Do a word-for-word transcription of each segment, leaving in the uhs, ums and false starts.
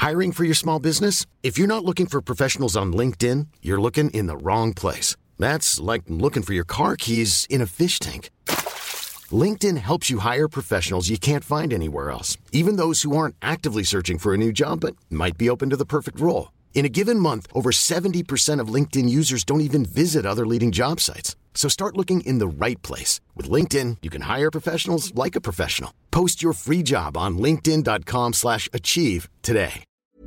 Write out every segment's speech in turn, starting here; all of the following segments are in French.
Hiring for your small business? If you're not looking for professionals on LinkedIn, you're looking in the wrong place. That's like looking for your car keys in a fish tank. LinkedIn helps you hire professionals you can't find anywhere else, even those who aren't actively searching for a new job but might be open to the perfect role. In a given month, over seventy percent of LinkedIn users don't even visit other leading job sites. So start looking in the right place. With LinkedIn, you can hire professionals like a professional. Post your free job on linkedin dot com slash achieve today.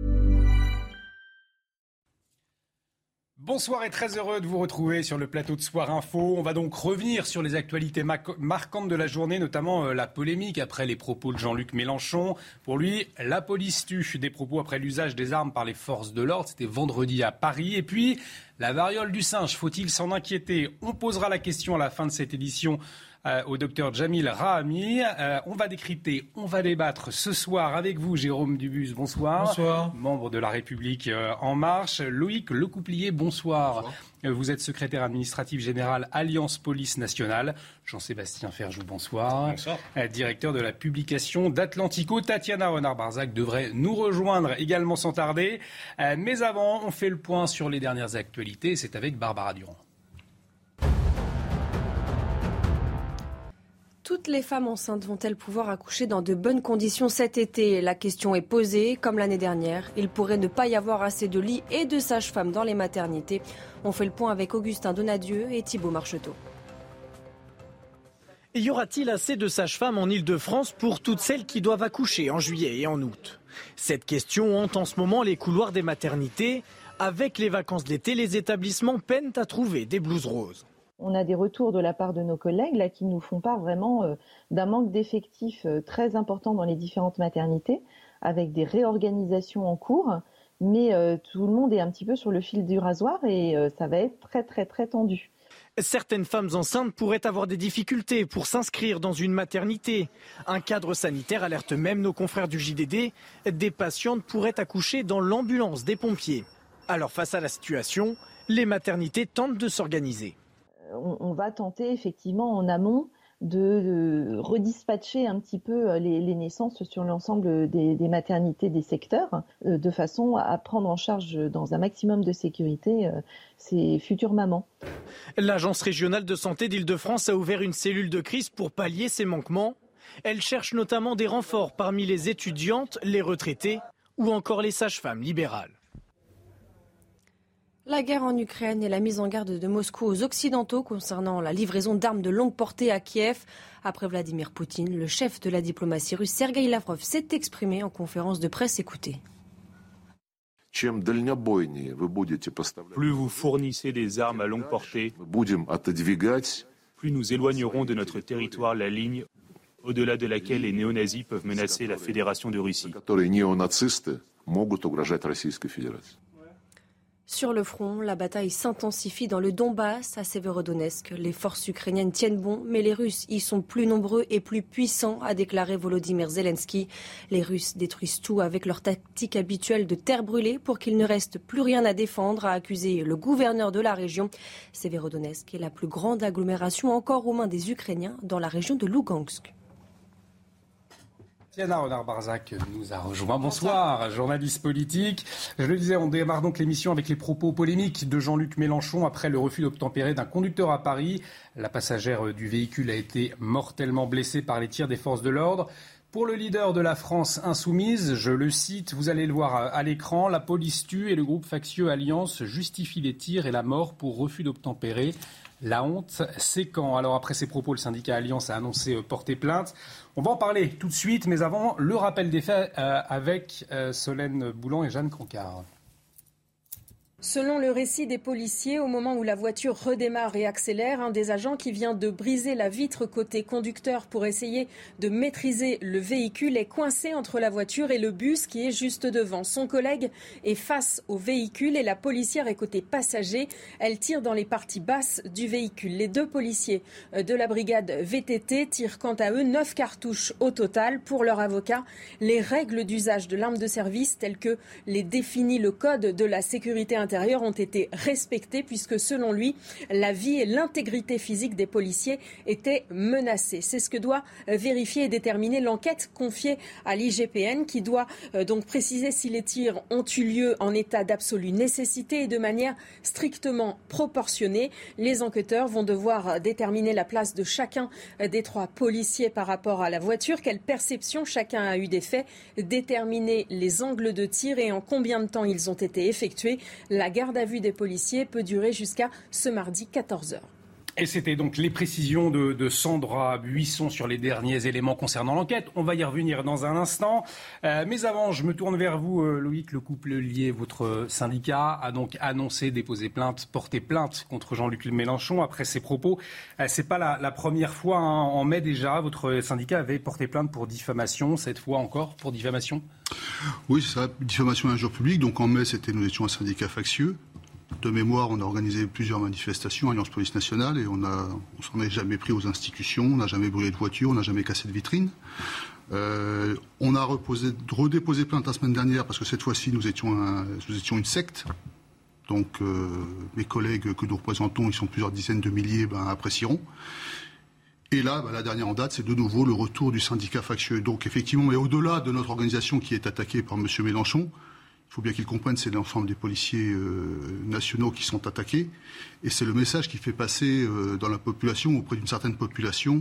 Bonsoir et très heureux de vous retrouver sur le plateau de Soir Info. On va donc revenir sur les actualités marquantes de la journée, notamment euh, la polémique après les propos de Jean-Luc Mélenchon. Pour lui, la police tue, des propos après l'usage des armes par les forces de l'ordre. C'était vendredi à Paris. Et puis, la variole du singe, faut-il s'en inquiéter ? On posera la question à la fin de cette édition Euh, au docteur Jamil Rahami. Euh, on va décrypter, on va débattre ce soir avec vous, Jérôme Dubus, bonsoir. Bonsoir. Membre de La République euh, En Marche. Loïc Lecouplier, bonsoir. bonsoir. Euh, vous êtes secrétaire administratif général Alliance Police Nationale. Jean-Sébastien Ferjou, bonsoir. Bonsoir. Euh, directeur de la publication d'Atlantico. Tatiana Renard-Barzac devrait nous rejoindre également sans tarder. Euh, mais avant, on fait le point sur les dernières actualités. C'est avec Barbara Durand. Toutes les femmes enceintes vont-elles pouvoir accoucher dans de bonnes conditions cet été ? La question est posée. Comme l'année dernière, il pourrait ne pas y avoir assez de lits et de sages-femmes dans les maternités. On fait le point avec Augustin Donadieu et Thibault Marcheteau. Y aura-t-il assez de sages-femmes en Ile-de-France pour toutes celles qui doivent accoucher en juillet et en août ? Cette question hante en ce moment les couloirs des maternités. Avec les vacances d'été, les établissements peinent à trouver des blouses roses. On a des retours de la part de nos collègues là, qui nous font part vraiment euh, d'un manque d'effectifs euh, très important dans les différentes maternités, avec des réorganisations en cours. Mais euh, tout le monde est un petit peu sur le fil du rasoir et euh, ça va être très très très tendu. Certaines femmes enceintes pourraient avoir des difficultés pour s'inscrire dans une maternité. Un cadre sanitaire alerte même nos confrères du J D D. Des patientes pourraient accoucher dans l'ambulance des pompiers. Alors face à la situation, les maternités tentent de s'organiser. On va tenter effectivement en amont de, de redispatcher un petit peu les, les naissances sur l'ensemble des, des maternités des secteurs, de façon à prendre en charge dans un maximum de sécurité ces futures mamans. L'Agence régionale de santé d'Île-de-France a ouvert une cellule de crise pour pallier ces manquements. Elle cherche notamment des renforts parmi les étudiantes, les retraités ou encore les sages-femmes libérales. La guerre en Ukraine et la mise en garde de Moscou aux Occidentaux concernant la livraison d'armes de longue portée à Kiev. Après Vladimir Poutine, le chef de la diplomatie russe, Sergueï Lavrov, s'est exprimé en conférence de presse. Écoutez. Plus vous fournissez des armes à longue portée, plus nous éloignerons de notre territoire la ligne au-delà de laquelle les néo-nazis peuvent menacer la Fédération de Russie. Sur le front, la bataille s'intensifie dans le Donbass, à Severodonetsk. Les forces ukrainiennes tiennent bon, mais les Russes y sont plus nombreux et plus puissants, a déclaré Volodymyr Zelensky. Les Russes détruisent tout avec leur tactique habituelle de terre brûlée pour qu'il ne reste plus rien à défendre, a accusé le gouverneur de la région. Severodonetsk est la plus grande agglomération encore aux mains des Ukrainiens dans la région de Lugansk. Tatiana Renard-Barzac nous a rejoint. Bonsoir, journaliste politique. Je le disais, on démarre donc l'émission avec les propos polémiques de Jean-Luc Mélenchon après le refus d'obtempérer d'un conducteur à Paris. La passagère du véhicule a été mortellement blessée par les tirs des forces de l'ordre. Pour le leader de la France insoumise, je le cite, vous allez le voir à l'écran, la police tue et le groupe factieux Alliance justifie les tirs et la mort pour refus d'obtempérer. La honte, c'est quand ? Alors après ces propos, le syndicat Alliance a annoncé porter plainte. On va en parler tout de suite, mais avant, le rappel des faits euh, avec euh, Solène Boulan et Jeanne Cancard. Selon le récit des policiers, au moment où la voiture redémarre et accélère, un des agents qui vient de briser la vitre côté conducteur pour essayer de maîtriser le véhicule est coincé entre la voiture et le bus qui est juste devant. Son collègue est face au véhicule et la policière est côté passager. Elle tire dans les parties basses du véhicule. Les deux policiers de la brigade V T T tirent quant à eux neuf cartouches au total. Pour leur avocat, les règles d'usage de l'arme de service telles que les définit le code de la sécurité intérieure l'Intérieur ont été respectés puisque selon lui, la vie et l'intégrité physique des policiers étaient menacées. C'est ce que doit vérifier et déterminer l'enquête confiée à l'I G P N qui doit euh, donc préciser si les tirs ont eu lieu en état d'absolue nécessité et de manière strictement proportionnée. Les enquêteurs vont devoir déterminer la place de chacun des trois policiers par rapport à la voiture, quelle perception chacun a eu des faits, déterminer les angles de tir et en combien de temps ils ont été effectués. La garde à vue des policiers peut durer jusqu'à ce mardi quatorze heures. Et c'était donc les précisions de, de Sandra Buisson sur les derniers éléments concernant l'enquête. On va y revenir dans un instant. Euh, mais avant, je me tourne vers vous, euh, Loïc. Le couple lié, votre syndicat, a donc annoncé déposer plainte, porter plainte contre Jean-Luc Mélenchon après ses propos. Euh, c'est pas la, la première fois. Hein. En mai déjà, votre syndicat avait porté plainte pour diffamation. Cette fois encore pour diffamation. Oui, c'est ça, diffamation et injure publique. Donc en mai, c'était nous étions un syndicat factieux. De mémoire, on a organisé plusieurs manifestations, Alliance Police Nationale, et on a, on s'en est jamais pris aux institutions, on n'a jamais brûlé de voiture, on n'a jamais cassé de vitrine. Euh, on a reposé, redéposé plainte la semaine dernière parce que cette fois-ci, nous étions, un, nous étions une secte. Donc, euh, mes collègues que nous représentons, ils sont plusieurs dizaines de milliers, ben, apprécieront. Et là, ben, la dernière en date, c'est de nouveau le retour du syndicat factieux. Donc, effectivement, mais au-delà de notre organisation qui est attaquée par M. Mélenchon, il faut bien qu'ils comprennent, c'est l'ensemble des policiers euh, nationaux qui sont attaqués. Et c'est le message qui fait passer euh, dans la population, auprès d'une certaine population,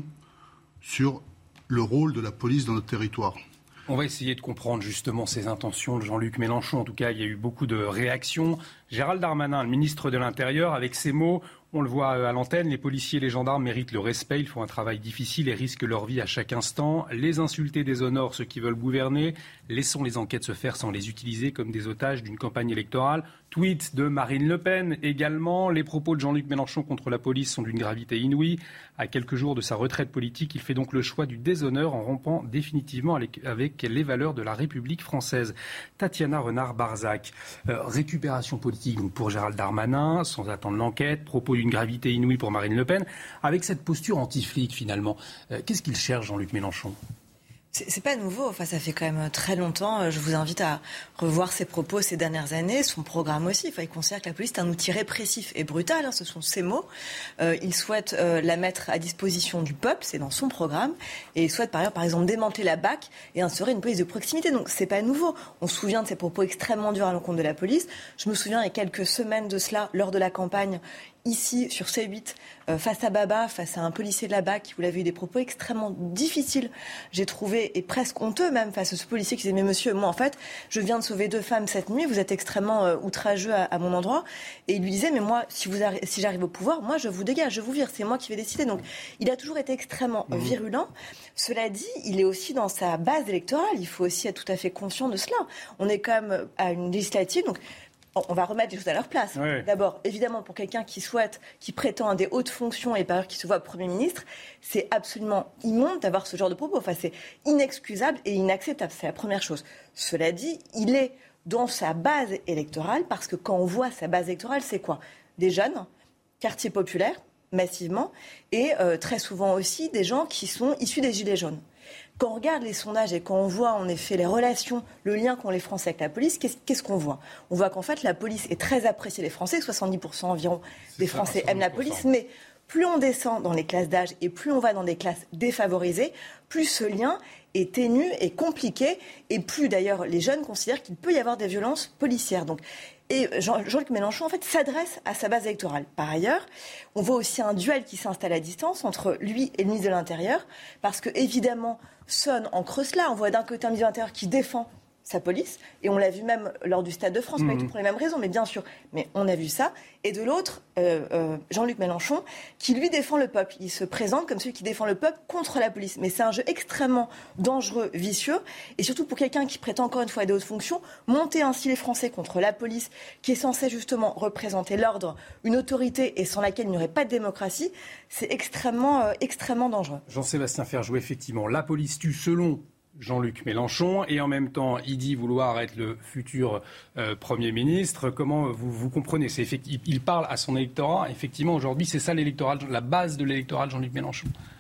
sur le rôle de la police dans notre territoire. On va essayer de comprendre justement ces intentions de Jean-Luc Mélenchon. En tout cas, il y a eu beaucoup de réactions. Gérald Darmanin, le ministre de l'Intérieur, avec ces mots, on le voit à l'antenne, les policiers et les gendarmes méritent le respect, ils font un travail difficile et risquent leur vie à chaque instant. Les insulter déshonorent ceux qui veulent gouverner. Laissons les enquêtes se faire sans les utiliser comme des otages d'une campagne électorale. Tweet de Marine Le Pen également. Les propos de Jean-Luc Mélenchon contre la police sont d'une gravité inouïe. À quelques jours de sa retraite politique, il fait donc le choix du déshonneur en rompant définitivement avec les valeurs de la République française. Tatiana Renard-Barzac, euh, récupération politique donc pour Gérald Darmanin, sans attendre l'enquête, propos d'une gravité inouïe pour Marine Le Pen, avec cette posture anti-flic finalement. Euh, qu'est-ce qu'il cherche Jean-Luc Mélenchon ? C'est, c'est pas nouveau, enfin ça fait quand même très longtemps. Je vous invite à revoir ses propos ces dernières années, son programme aussi. Enfin, il considère que la police est un outil répressif et brutal, hein, ce sont ses mots. Euh, il souhaite euh, la mettre à disposition du peuple, c'est dans son programme. Et il souhaite par ailleurs, par exemple, démanteler la B A C et instaurer une police de proximité. Donc c'est pas nouveau. On se souvient de ses propos extrêmement durs à l'encontre de la police. Je me souviens il y a quelques semaines de cela, lors de la campagne, ici, sur C huit, euh, face à Baba, face à un policier de la B A C, vous l'avez eu des propos extrêmement difficiles, j'ai trouvé, et presque honteux même, face à ce policier qui disait « Mais monsieur, moi en fait, je viens de sauver deux femmes cette nuit, vous êtes extrêmement euh, outrageux à, à mon endroit. » Et il lui disait « Mais moi, si, vous arri- si j'arrive au pouvoir, moi je vous dégage, je vous vire, c'est moi qui vais décider. » Donc il a toujours été extrêmement mmh. virulent. Cela dit, il est aussi dans sa base électorale, il faut aussi être tout à fait conscient de cela. On est quand même à une législative, donc... On va remettre les choses à leur place. Oui. D'abord, évidemment, pour quelqu'un qui souhaite, qui prétend à des hautes fonctions et par ailleurs qui se voit Premier ministre, c'est absolument immonde d'avoir ce genre de propos. Enfin, c'est inexcusable et inacceptable. C'est la première chose. Cela dit, il est dans sa base électorale parce que quand on voit sa base électorale, c'est quoi ? Des jeunes, quartiers populaires, massivement, et euh, très souvent aussi des gens qui sont issus des Gilets jaunes. Quand on regarde les sondages et quand on voit en effet les relations, le lien qu'ont les Français avec la police, qu'est-ce, qu'est-ce qu'on voit ? On voit qu'en fait la police est très appréciée des Français, soixante-dix pour cent environ des ça, Français aiment la police, mais plus on descend dans les classes d'âge et plus on va dans des classes défavorisées, plus ce lien est ténu et compliqué, et plus d'ailleurs les jeunes considèrent qu'il peut y avoir des violences policières. Donc, et Jean- Jean-Luc Mélenchon, en fait, s'adresse à sa base électorale. Par ailleurs, on voit aussi un duel qui s'installe à distance entre lui et le ministre de l'Intérieur, parce que, évidemment, sonne en creux cela. On voit d'un côté un ministre de l'Intérieur qui défend sa police, et on l'a vu même lors du Stade de France, mmh. pas du tout pour les mêmes raisons, mais bien sûr, mais on a vu ça. Et de l'autre, euh, euh, Jean-Luc Mélenchon, qui lui défend le peuple. Il se présente comme celui qui défend le peuple contre la police. Mais c'est un jeu extrêmement dangereux, vicieux, et surtout pour quelqu'un qui prétend encore une fois à des hautes fonctions, monter ainsi les Français contre la police, qui est censée justement représenter l'ordre, une autorité et sans laquelle il n'y aurait pas de démocratie, c'est extrêmement, euh, extrêmement dangereux. Jean-Sébastien Ferjou, effectivement, la police tue selon Jean-Luc Mélenchon, et en même temps, il dit vouloir être le futur euh, Premier ministre. Comment vous, vous comprenez ? C'est effecti- Il parle à son électorat. Effectivement, aujourd'hui, c'est ça l'électorat, la base de l'électorat de Jean-Luc Mélenchon.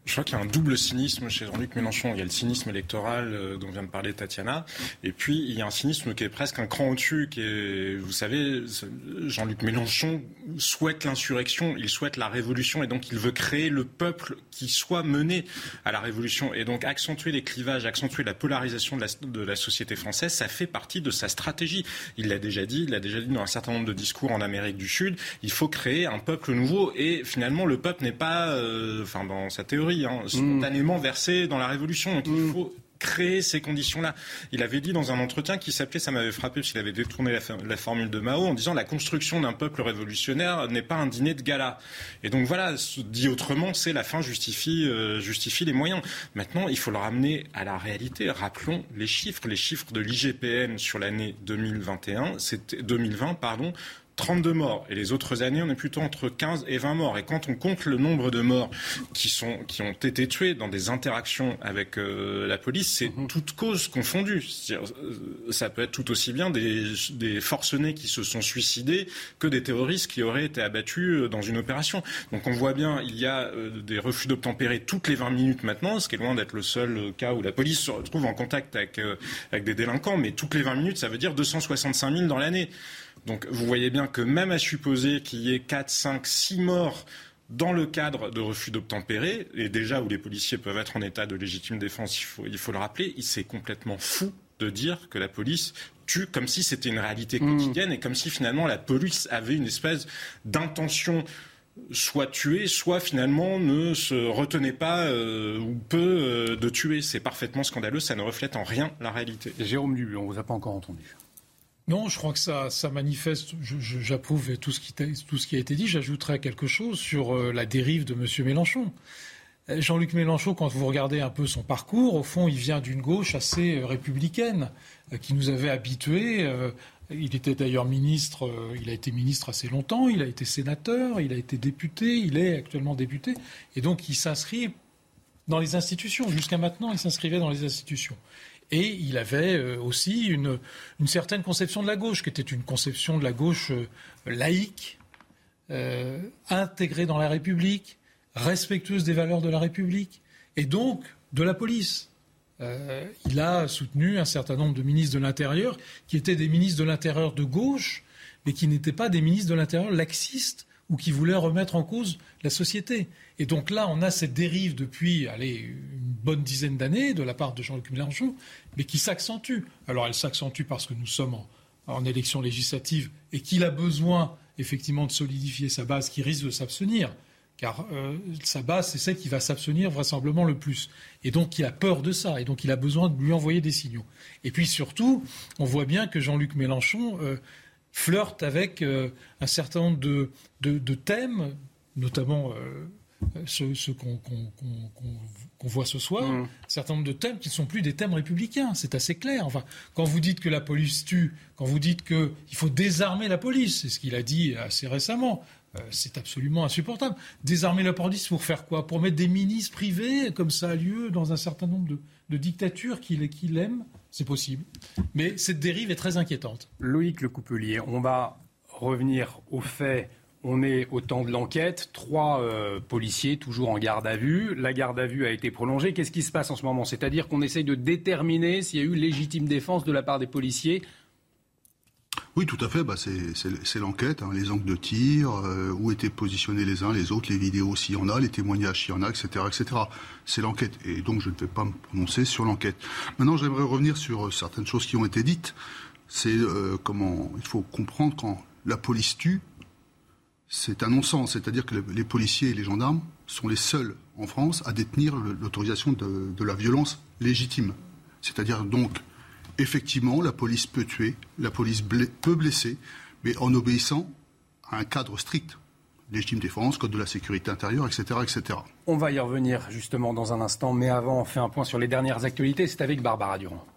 Je crois qu'il y a un double cynisme chez Jean-Luc Mélenchon. Il y a le cynisme électoral euh, dont vient de parler Tatiana, et puis il y a un cynisme qui est presque un cran au-dessus, qui est, vous savez, Jean-Luc Mélenchon souhaite l'insurrection, il souhaite la révolution, et donc il veut créer le peuple qui soit mené à la révolution. Et donc accentuer les clivages, accentuer la polarisation de la, de la société française, ça fait partie de sa stratégie. Il l'a déjà dit, il l'a déjà dit dans un certain nombre de discours en Amérique du Sud, il faut créer un peuple nouveau, et finalement le peuple n'est pas, euh, enfin dans sa théorie, Hein, spontanément versé dans la révolution. Donc il faut créer ces conditions-là. Il avait dit dans un entretien qui s'appelait, ça m'avait frappé parce qu'il avait détourné la, la formule de Mao en disant la construction d'un peuple révolutionnaire n'est pas un dîner de gala. Et donc voilà, dit autrement, c'est la fin justifie, euh, justifie les moyens. Maintenant, il faut le ramener à la réalité. Rappelons les chiffres. Les chiffres de l'I G P N sur l'année deux mille vingt et un, c'était deux mille vingt, pardon, trente-deux morts. Et les autres années, on est plutôt entre quinze et vingt morts. Et quand on compte le nombre de morts qui, sont, qui ont été tués dans des interactions avec euh, la police, c'est mmh. toutes causes confondues. C'est-à-dire, euh, ça peut être tout aussi bien des, des forcenés qui se sont suicidés que des terroristes qui auraient été abattus dans une opération. Donc on voit bien, il y a euh, des refus d'obtempérer toutes les vingt minutes maintenant, ce qui est loin d'être le seul cas où la police se retrouve en contact avec, euh, avec des délinquants. Mais toutes les vingt minutes, ça veut dire deux cent soixante-cinq mille dans l'année. Donc vous voyez bien que même à supposer qu'il y ait quatre, cinq, six morts dans le cadre de refus d'obtempérer, et déjà où les policiers peuvent être en état de légitime défense, il faut, il faut le rappeler, c'est complètement fou de dire que la police tue comme si c'était une réalité quotidienne mmh. et comme si finalement la police avait une espèce d'intention soit tuer, soit finalement ne se retenait pas euh, ou peu euh, de tuer. C'est parfaitement scandaleux, ça ne reflète en rien la réalité. Jérôme Dubu, on ne vous a pas encore entendu. Non, je crois que ça, ça manifeste, je, je, j'approuve tout ce, qui tout ce qui a été dit. J'ajouterais quelque chose sur euh, la dérive de M. Mélenchon. Jean-Luc Mélenchon, quand vous regardez un peu son parcours, au fond, il vient d'une gauche assez euh, républicaine, euh, qui nous avait habitués. Euh, il était d'ailleurs ministre, euh, il a été ministre assez longtemps, il a été sénateur, il a été député, il est actuellement député. Et donc, il s'inscrit dans les institutions. Jusqu'à maintenant, il s'inscrivait dans les institutions. Et il avait aussi une, une certaine conception de la gauche, qui était une conception de la gauche laïque, euh, intégrée dans la République, respectueuse des valeurs de la République, et donc de la police. Euh, il a soutenu un certain nombre de ministres de l'Intérieur, qui étaient des ministres de l'Intérieur de gauche, mais qui n'étaient pas des ministres de l'Intérieur laxistes, ou qui voulaient remettre en cause la société. Et donc là, on a cette dérive depuis allez, une bonne dizaine d'années de la part de Jean-Luc Mélenchon, mais qui s'accentue. Alors elle s'accentue parce que nous sommes en, en élection législative et qu'il a besoin effectivement de solidifier sa base qui risque de s'abstenir, car euh, sa base, c'est celle qui va s'abstenir vraisemblablement le plus. Et donc il a peur de ça, et donc il a besoin de lui envoyer des signaux. Et puis surtout, on voit bien que Jean-Luc Mélenchon euh, flirte avec euh, un certain nombre de, de, de thèmes, notamment euh, ceux, ceux qu'on, qu'on, qu'on, qu'on voit ce soir, mmh. un certain nombre de thèmes qui ne sont plus des thèmes républicains. C'est assez clair. Enfin, quand vous dites que la police tue, quand vous dites qu'il faut désarmer la police, c'est ce qu'il a dit assez récemment, euh, c'est absolument insupportable. Désarmer la police pour faire quoi ? Pour mettre des milices privées, comme ça a lieu dans un certain nombre de, de dictatures qu'il, qu'il aime ? C'est possible. Mais cette dérive est très inquiétante. Loïc Lecoupelier, on va revenir aux faits. On est au temps de l'enquête. Trois euh, policiers toujours en garde à vue. La garde à vue a été prolongée. Qu'est-ce qui se passe en ce moment ? C'est-à-dire qu'on essaye de déterminer s'il y a eu légitime défense de la part des policiers ? Oui, tout à fait. Bah, c'est, c'est, c'est l'enquête, hein, les angles de tir, euh, où étaient positionnés les uns, les autres, les vidéos s'il y en a, les témoignages s'il y en a, et cetera, et cetera. C'est l'enquête. Et donc, je ne vais pas me prononcer sur l'enquête. Maintenant, j'aimerais revenir sur certaines choses qui ont été dites. C'est euh, comment il faut comprendre quand la police tue, c'est un non-sens. C'est-à-dire que les policiers et les gendarmes sont les seuls en France à détenir l'autorisation de, de la violence légitime. C'est-à-dire donc, effectivement, la police peut tuer, la police bla- peut blesser, mais en obéissant à un cadre strict. Légitime défense, code de la sécurité intérieure, et cetera, et cetera. On va y revenir justement dans un instant, mais avant, on fait un point sur les dernières actualités. C'est avec Barbara Durand.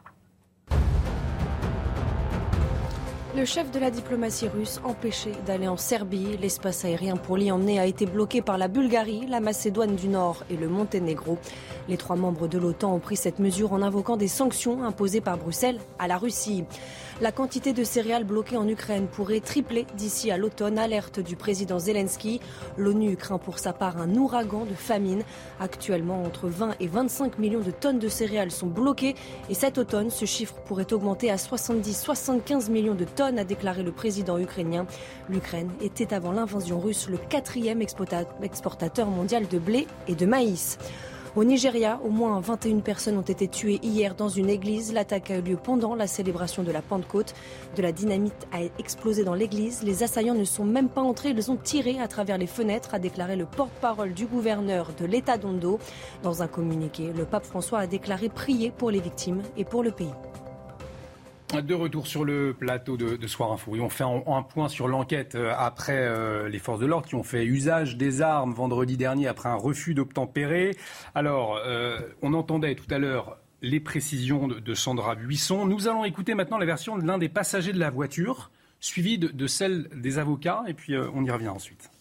Le chef de la diplomatie russe empêché d'aller en Serbie. L'espace aérien pour l'y emmener a été bloqué par la Bulgarie, la Macédoine du Nord et le Monténégro. Les trois membres de l'OTAN ont pris cette mesure en invoquant des sanctions imposées par Bruxelles à la Russie. La quantité de céréales bloquées en Ukraine pourrait tripler d'ici à l'automne, alerte du président Zelensky. L'ONU craint pour sa part un ouragan de famine. Actuellement, entre vingt et vingt-cinq millions de tonnes de céréales sont bloquées et cet automne, ce chiffre pourrait augmenter à soixante-dix à soixante-quinze millions de tonnes, a déclaré le président ukrainien. L'Ukraine était avant l'invasion russe le quatrième exportateur mondial de blé et de maïs. Au Nigeria, au moins vingt et une personnes ont été tuées hier dans une église. L'attaque a eu lieu pendant la célébration de la Pentecôte. De la dynamite a explosé dans l'église. Les assaillants ne sont même pas entrés, ils ont tiré à travers les fenêtres, a déclaré le porte-parole du gouverneur de l'État d'Ondo. Dans un communiqué, le pape François a déclaré prier pour les victimes et pour le pays. De retour sur le plateau de, de Soir Info. Et on fait un, un point sur l'enquête après euh, les forces de l'ordre qui ont fait usage des armes vendredi dernier après un refus d'obtempérer. Alors, euh, on entendait tout à l'heure les précisions de, de Sandra Buisson. Nous allons écouter maintenant la version de l'un des passagers de la voiture, suivie de, de celle des avocats, et puis euh, on y revient ensuite.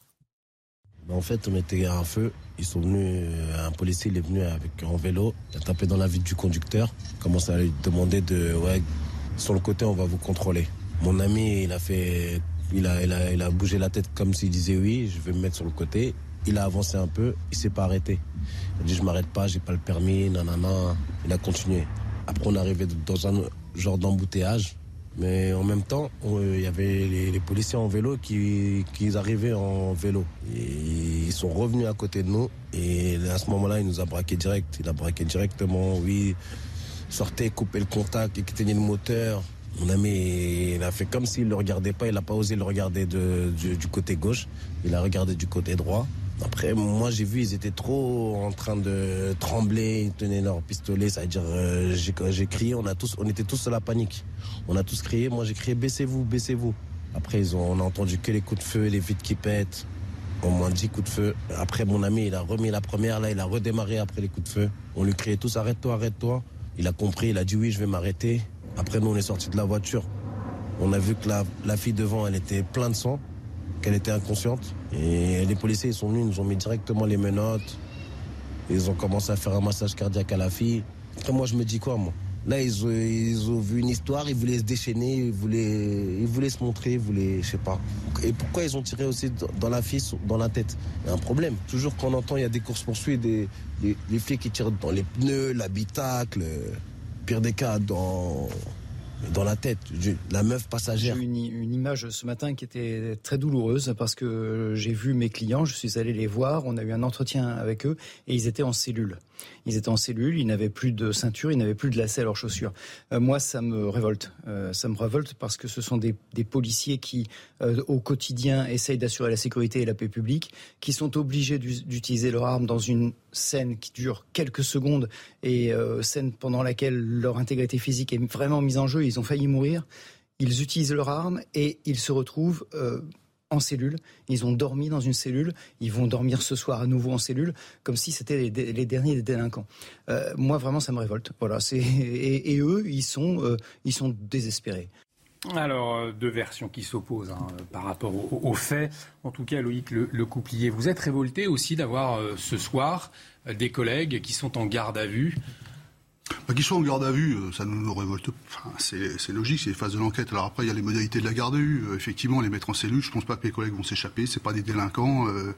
En fait, on était à un feu. Ils sont venus, un policier il est venu avec en vélo, il a tapé dans la vitre du conducteur, commence à lui demander de, ouais, sur le côté on va vous contrôler. Mon ami, il a fait, il a, il a, il a bougé la tête comme s'il disait oui, je vais me mettre sur le côté. Il a avancé un peu, il s'est pas arrêté. Il a dit je m'arrête pas, j'ai pas le permis, nanana. Il a continué. Après on est arrivé dans un genre d'embouteillage. Mais en même temps, il y avait les, les policiers en vélo qui, qui arrivaient en vélo. Et ils sont revenus à côté de nous. Et à ce moment-là, il nous a braqué direct. Il a braqué directement, oui. Sortez, coupez le contact, éteignez le moteur. Mon ami, il a fait comme s'il ne le regardait pas. Il n'a pas osé le regarder de, du, du côté gauche. Il a regardé du côté droit. Après, moi, j'ai vu, ils étaient trop en train de trembler, ils tenaient leur pistolet, ça veut dire, euh, j'ai, j'ai crié, on, a tous, on était tous à la panique. On a tous crié, moi j'ai crié, baissez-vous, baissez-vous. Après, ils ont, on a entendu que les coups de feu, les vitres qui pètent, au moins dix coups de feu. Après, mon ami, il a remis la première, là, il a redémarré après les coups de feu. On lui criait tous, arrête-toi, arrête-toi. Il a compris, il a dit oui, je vais m'arrêter. Après, nous, on est sortis de la voiture. On a vu que la, la fille devant, elle était pleine de sang, qu'elle était inconsciente. Et les policiers, ils sont venus, ils nous ont mis directement les menottes. Ils ont commencé à faire un massage cardiaque à la fille. Après, moi, je me dis quoi, moi? Là, ils ont, ils ont vu une histoire, ils voulaient se déchaîner, ils voulaient, ils voulaient se montrer, ils voulaient, je sais pas. Et pourquoi ils ont tiré aussi dans la fille, dans la tête? Il y a un problème. Toujours qu'on entend, il y a des courses-poursuites, des, des, des flics qui tirent dans les pneus, l'habitacle, pire des cas, dans... dans la tête, la meuf passagère. J'ai eu une, une image ce matin qui était très douloureuse parce que j'ai vu mes clients, je suis allé les voir, on a eu un entretien avec eux et ils étaient en cellule. Ils étaient en cellule, ils n'avaient plus de ceinture, ils n'avaient plus de lacets à leurs chaussures. Euh, moi, ça me révolte. Euh, ça me révolte parce que ce sont des, des policiers qui, euh, au quotidien, essayent d'assurer la sécurité et la paix publique, qui sont obligés d'utiliser leur arme dans une scène qui dure quelques secondes et euh, scène pendant laquelle leur intégrité physique est vraiment mise en jeu. Ils ont failli mourir. Ils utilisent leur arme et ils se retrouvent euh, en cellule. Ils ont dormi dans une cellule. Ils vont dormir ce soir à nouveau en cellule, comme si c'était les, les derniers des délinquants. Euh, moi, vraiment, ça me révolte. Voilà. C'est, et, et eux, ils sont, euh, ils sont désespérés. Alors, deux versions qui s'opposent hein, par rapport aux au faits. En tout cas, Loïc Le, le Couplier, vous êtes révolté aussi d'avoir euh, ce soir euh, des collègues qui sont en garde à vue. Bah, qu'ils soient en garde à vue, ça ne nous révolte pas. Enfin, c'est, c'est logique, c'est les phases de l'enquête. Alors après, il y a les modalités de la garde à vue. Euh, effectivement, les mettre en cellule, je ne pense pas que mes collègues vont s'échapper. C'est pas des délinquants. Euh,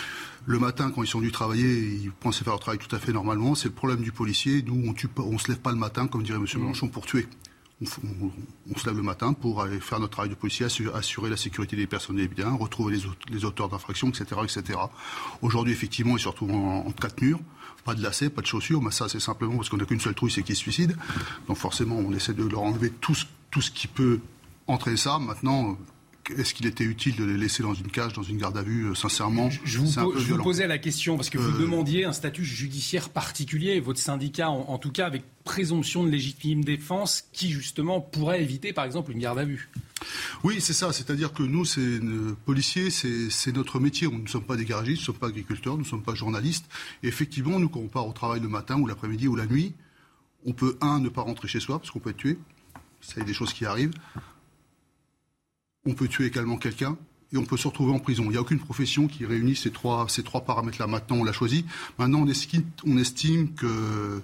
le matin, quand ils sont venus travailler, ils pensaient faire leur travail tout à fait normalement. C'est le problème du policier. Nous, on tue pas, on se lève pas le matin, comme dirait M. Mmh. Mélenchon, pour tuer. On, on, on se lève le matin pour aller faire notre travail de policier, assurer, assurer la sécurité des personnes et des biens, retrouver les, aut- les auteurs d'infractions, et cetera, et cetera. Aujourd'hui, effectivement, ils se retrouvent en, en quatre murs. Pas de lacets, pas de chaussures, mais ça c'est simplement parce qu'on n'a qu'une seule trouille, c'est qu'ils se suicident. Donc forcément, on essaie de leur enlever tout ce, tout ce qui peut entraîner ça. Maintenant, est-ce qu'il était utile de les laisser dans une cage, dans une garde à vue? Sincèrement, je vous, c'est un peu je violent. vous posais la question parce que vous euh... demandiez un statut judiciaire particulier, votre syndicat en, en tout cas avec présomption de légitime défense qui justement pourrait éviter par exemple une garde à vue. Oui, c'est ça. C'est-à-dire que nous, c'est euh, policiers, c'est, c'est notre métier. Nous ne sommes pas des garagistes, nous ne sommes pas agriculteurs, nous ne sommes pas journalistes. Et effectivement, nous, quand on part au travail le matin ou l'après-midi ou la nuit, on peut, un, ne pas rentrer chez soi parce qu'on peut être tué. C'est des choses qui arrivent. On peut tuer également quelqu'un. et on peut se retrouver en prison. Il n'y a aucune profession qui réunit ces trois, ces trois paramètres-là. Maintenant, on l'a choisi. Maintenant, on estime, on estime que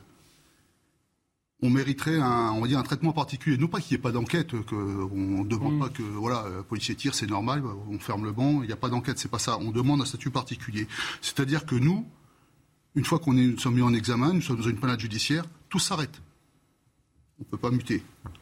on mériterait un, on va dire, un traitement particulier. Non pas qu'il n'y ait pas d'enquête, qu'on ne demande mmh. pas que voilà, le policier tire, c'est normal, on ferme le banc, il n'y a pas d'enquête, c'est pas ça. On demande un statut particulier. C'est-à-dire que nous, une fois qu'on est, nous sommes mis en examen, nous sommes dans une panade judiciaire, tout s'arrête. On ne peut pas muter.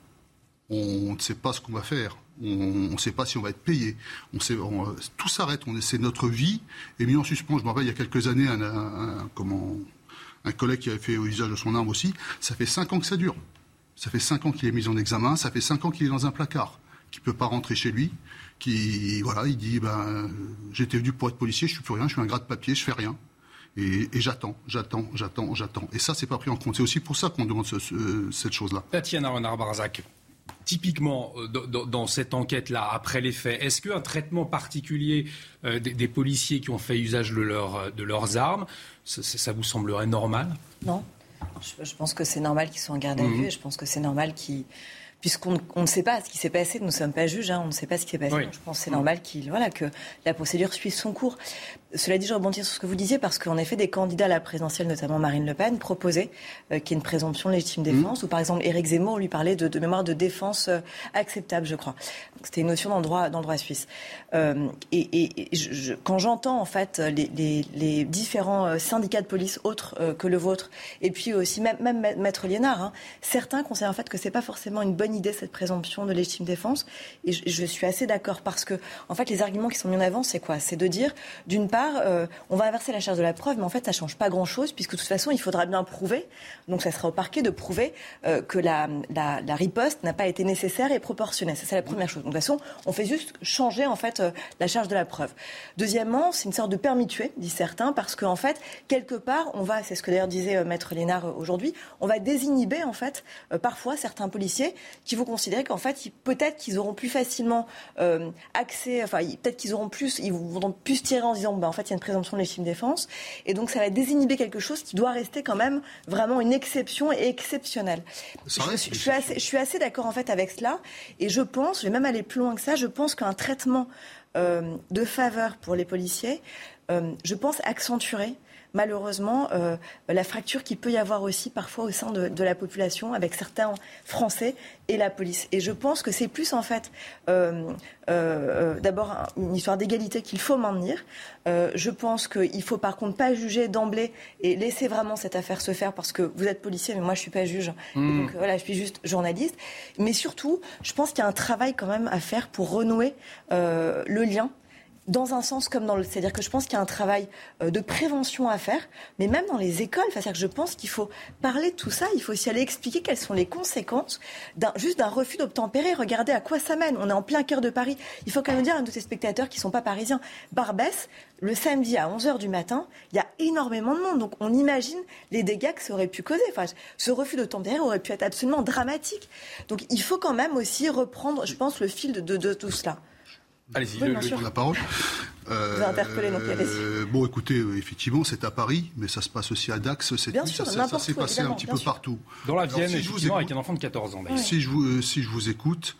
On ne sait pas ce qu'on va faire. On ne sait pas si on va être payé. On sait, on, tout s'arrête. On, c'est notre vie est mise en suspens. Je me rappelle il y a quelques années, un, un, un, comment, un collègue qui avait fait usage de son arme aussi. Ça fait cinq ans que ça dure. Ça fait cinq ans qu'il est mis en examen. Ça fait cinq ans qu'il est dans un placard, qui ne peut pas rentrer chez lui. Qui, voilà, il dit ben, j'étais venu pour être policier, je ne suis plus rien, je suis un gras de papier, je ne fais rien. Et, et j'attends, j'attends, j'attends, j'attends. Et ça, c'est pas pris en compte. C'est aussi pour ça qu'on demande ce, ce, cette chose-là. Tatiana Renard-Barzac, typiquement, dans, dans cette enquête-là, après les faits, est-ce qu'un traitement particulier euh, des, des policiers qui ont fait usage de, leur, de leurs armes, ça, ça vous semblerait normal ? Non. Je, je pense que c'est normal qu'ils soient en garde à vue, mmh. et je pense que c'est normal qu'ils... Puisqu'on on ne sait pas ce qui s'est passé, nous ne sommes pas juges, hein, on ne sait pas ce qui s'est passé. Oui. Donc je pense que c'est normal qu'il, voilà, que la procédure suive son cours. Cela dit, je rebondis sur ce que vous disiez, parce qu'en effet, des candidats à la présidentielle, notamment Marine Le Pen, proposaient euh, qu'il y ait une présomption de légitime défense, mmh. ou par exemple Éric Zemmour lui parlait de, de mémoire de défense euh, acceptable, je crois. Donc, c'était une notion dans le droit, dans le droit suisse. Euh, et et, et je, je, quand j'entends en fait les, les, les différents syndicats de police autres euh, que le vôtre, et puis aussi même, même Maître Liénard, hein, certains considèrent en fait que c'est pas forcément une bonne idée cette présomption de légitime défense. Et je, je suis assez d'accord, parce que en fait les arguments qui sont mis en avant, c'est quoi ? C'est de dire, d'une part, Euh, on va inverser la charge de la preuve, mais en fait, ça ne change pas grand-chose, puisque de toute façon, il faudra bien prouver, donc ça sera au parquet de prouver euh, que la, la, la riposte n'a pas été nécessaire et proportionnée. Ça, c'est la première chose. Donc, de toute façon, on fait juste changer, en fait, euh, la charge de la preuve. Deuxièmement, c'est une sorte de permis tuer, disent certains, parce qu'en fait, quelque part, on va, c'est ce que d'ailleurs disait euh, Maître Liénard euh, aujourd'hui, on va désinhiber, en fait, euh, parfois, certains policiers qui vont considérer qu'en fait, ils, peut-être qu'ils auront plus facilement euh, accès, enfin, ils, peut-être qu'ils auront plus, ils vont plus se tirer en disant, ben, en fait, il y a une présomption de légitime défense, et donc ça va désinhiber quelque chose qui doit rester quand même vraiment une exception et exceptionnelle. Je, je, je, suis assez, je suis assez d'accord en fait avec cela, et je pense, je vais même aller plus loin que ça, je pense qu'un traitement euh, de faveur pour les policiers, euh, je pense accentuerait malheureusement euh, la fracture qu'il peut y avoir aussi parfois au sein de, de la population avec certains Français et la police. Et je pense que c'est plus en fait euh, euh, d'abord une histoire d'égalité qu'il faut maintenir. Euh, je pense qu'il ne faut par contre pas juger d'emblée et laisser vraiment cette affaire se faire, parce que vous êtes policier, mais moi je ne suis pas juge. Mmh. Donc voilà, je suis juste journaliste. Mais surtout, je pense qu'il y a un travail quand même à faire pour renouer euh, le lien, dans un sens comme dans l'autre. C'est-à-dire que je pense qu'il y a un travail de prévention à faire, mais même dans les écoles. Enfin, c'est-à-dire que je pense qu'il faut parler de tout ça. Il faut aussi aller expliquer quelles sont les conséquences d'un, juste d'un refus d'obtempérer. Regardez à quoi ça mène. On est en plein cœur de Paris. Il faut quand même dire à nos téléspectateurs qui ne sont pas parisiens, Barbès, le samedi à onze heures du matin, il y a énormément de monde. Donc on imagine les dégâts que ça aurait pu causer. Enfin, ce refus d'obtempérer aurait pu être absolument dramatique. Donc il faut quand même aussi reprendre, je pense, le fil de, de, de tout cela. Allez-y, oui, le, le, la parole. Euh, Vous interpellez, donc euh, bon, écoutez, euh, effectivement, c'est à Paris, mais ça se passe aussi à Dax, c'est bien tout, sûr, ça, ça s'est passé un petit peu sûr. partout. Dans la Vienne, si effectivement, avec un enfant de quatorze ans. Oui. Si, je vous, euh, si je vous écoute,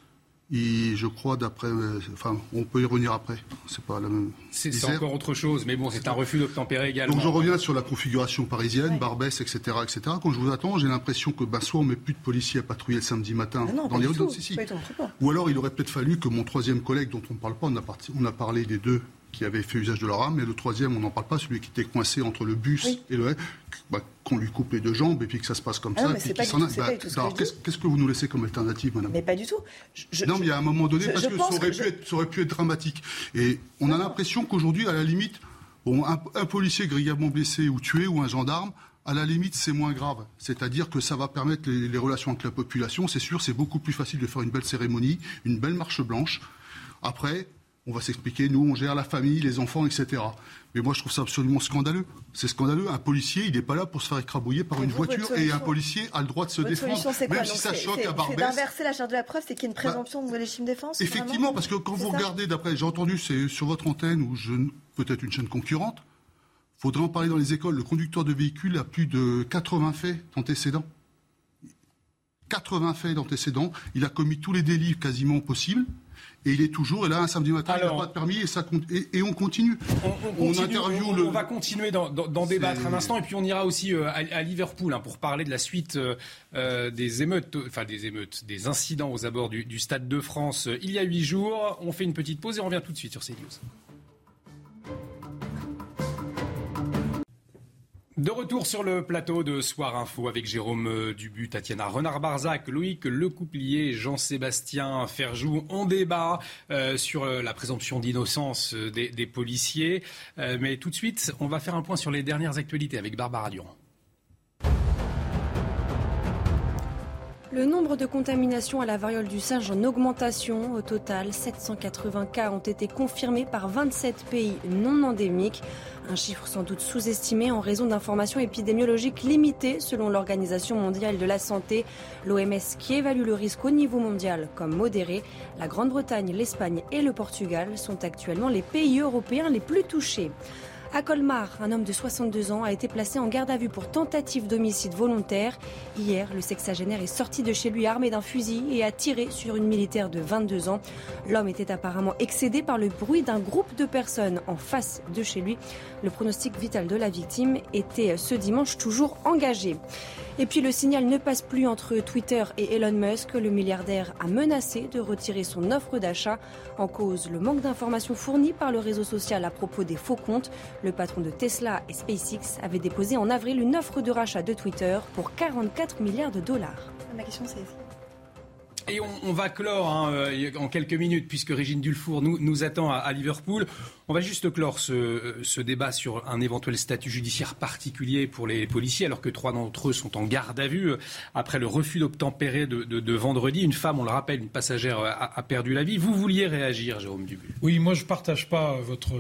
et je crois d'après, euh, enfin, on peut y revenir après. C'est pas la même. C'est, c'est encore autre chose, mais bon, c'est un refus d'obtempérer également. Donc je reviens sur la configuration parisienne, ouais. Barbès, et cetera, et cetera. Quand je vous attends, j'ai l'impression que, bah, soit on met plus de policiers à patrouiller le samedi matin non, dans les routes, si, si. Ou alors il aurait peut-être fallu que mon troisième collègue, dont on ne parle pas, on a, parti, on a parlé des deux qui avaient fait usage de leur arme, et le troisième, on n'en parle pas, celui qui était coincé entre le bus oui. et le... Bah, qu'on lui coupe les deux jambes et puis que ça se passe comme ah ça. Non, et puis qu'il s'en a... bah, alors, qu'est-ce, qu'est-ce que vous nous laissez comme alternative, madame ? Mais pas du tout. Je, non, mais il y a un moment donné, je, parce je que, ça aurait, que je... être, ça aurait pu être dramatique. Et on a l'impression qu'aujourd'hui, à la limite, bon, un, un policier grièvement blessé ou tué, ou un gendarme, à la limite, c'est moins grave. C'est-à-dire que ça va permettre les, les relations avec la population. C'est sûr, c'est beaucoup plus facile de faire une belle cérémonie, une belle marche blanche. Après... on va s'expliquer, nous on gère la famille, les enfants, et cetera. Mais moi je trouve ça absolument scandaleux. C'est scandaleux. Un policier, il n'est pas là pour se faire écrabouiller par et une vous, voiture, et un policier a le droit de se votre défendre. C'est même quoi, si donc ça c'est, choque c'est, à Barbès. C'est d'inverser la charge de la preuve, c'est qu'il y a une présomption bah, de légitime défense. Effectivement, vraiment parce que quand c'est vous ça regardez, d'après, j'ai entendu, c'est sur votre antenne, ou je, peut-être une chaîne concurrente, il faudrait en parler dans les écoles. Le conducteur de véhicule a plus de quatre-vingts faits d'antécédents. quatre-vingts faits d'antécédents. Il a commis tous les délits quasiment possibles. Et il est toujours, et là, un samedi matin, Alors, il n'a pas de permis, et, ça, et, et on continue. On, on, continue, on, on, le... on va continuer d'en, d'en débattre un instant, et puis on ira aussi euh, à, à Liverpool hein, pour parler de la suite euh, des émeutes, enfin des émeutes, des incidents aux abords du, du Stade de France euh, il y a huit jours. On fait une petite pause et on revient tout de suite sur CNews. De retour sur le plateau de Soir Info avec Jérôme Dubu, Tatiana Renard-Barzac, Loïc Lecouplier, Jean-Sébastien Ferjou. On débat euh, sur la présomption d'innocence des, des policiers. Euh, mais tout de suite, on va faire un point sur les dernières actualités avec Barbara Durand. Le nombre de contaminations à la variole du singe en augmentation. Au total, sept cent quatre-vingts cas ont été confirmés par vingt-sept pays non endémiques. Un chiffre sans doute sous-estimé en raison d'informations épidémiologiques limitées selon l'Organisation mondiale de la santé, l'O M S qui évalue le risque au niveau mondial comme modéré. La Grande-Bretagne, l'Espagne et le Portugal sont actuellement les pays européens les plus touchés. À Colmar, un homme de soixante-deux ans a été placé en garde à vue pour tentative d'homicide volontaire. Hier, le sexagénaire est sorti de chez lui armé d'un fusil et a tiré sur une militaire de vingt-deux ans. L'homme était apparemment excédé par le bruit d'un groupe de personnes en face de chez lui. Le pronostic vital de la victime était ce dimanche toujours engagé. Et puis le signal ne passe plus entre Twitter et Elon Musk. Le milliardaire a menacé de retirer son offre d'achat. En cause, le manque d'informations fournies par le réseau social à propos des faux comptes. Le patron de Tesla et SpaceX avait déposé en avril une offre de rachat de Twitter pour quarante-quatre milliards de dollars. Ma question c'est... Et on, on va clore hein, en quelques minutes, puisque Régine Dulfour nous, nous attend à, à Liverpool. On va juste clore ce, ce débat sur un éventuel statut judiciaire particulier pour les policiers, alors que trois d'entre eux sont en garde à vue après le refus d'obtempérer de, de, de vendredi. Une femme, on le rappelle, une passagère a, a perdu la vie. Vous vouliez réagir, Jérôme Dubu? Oui, moi je ne partage pas votre,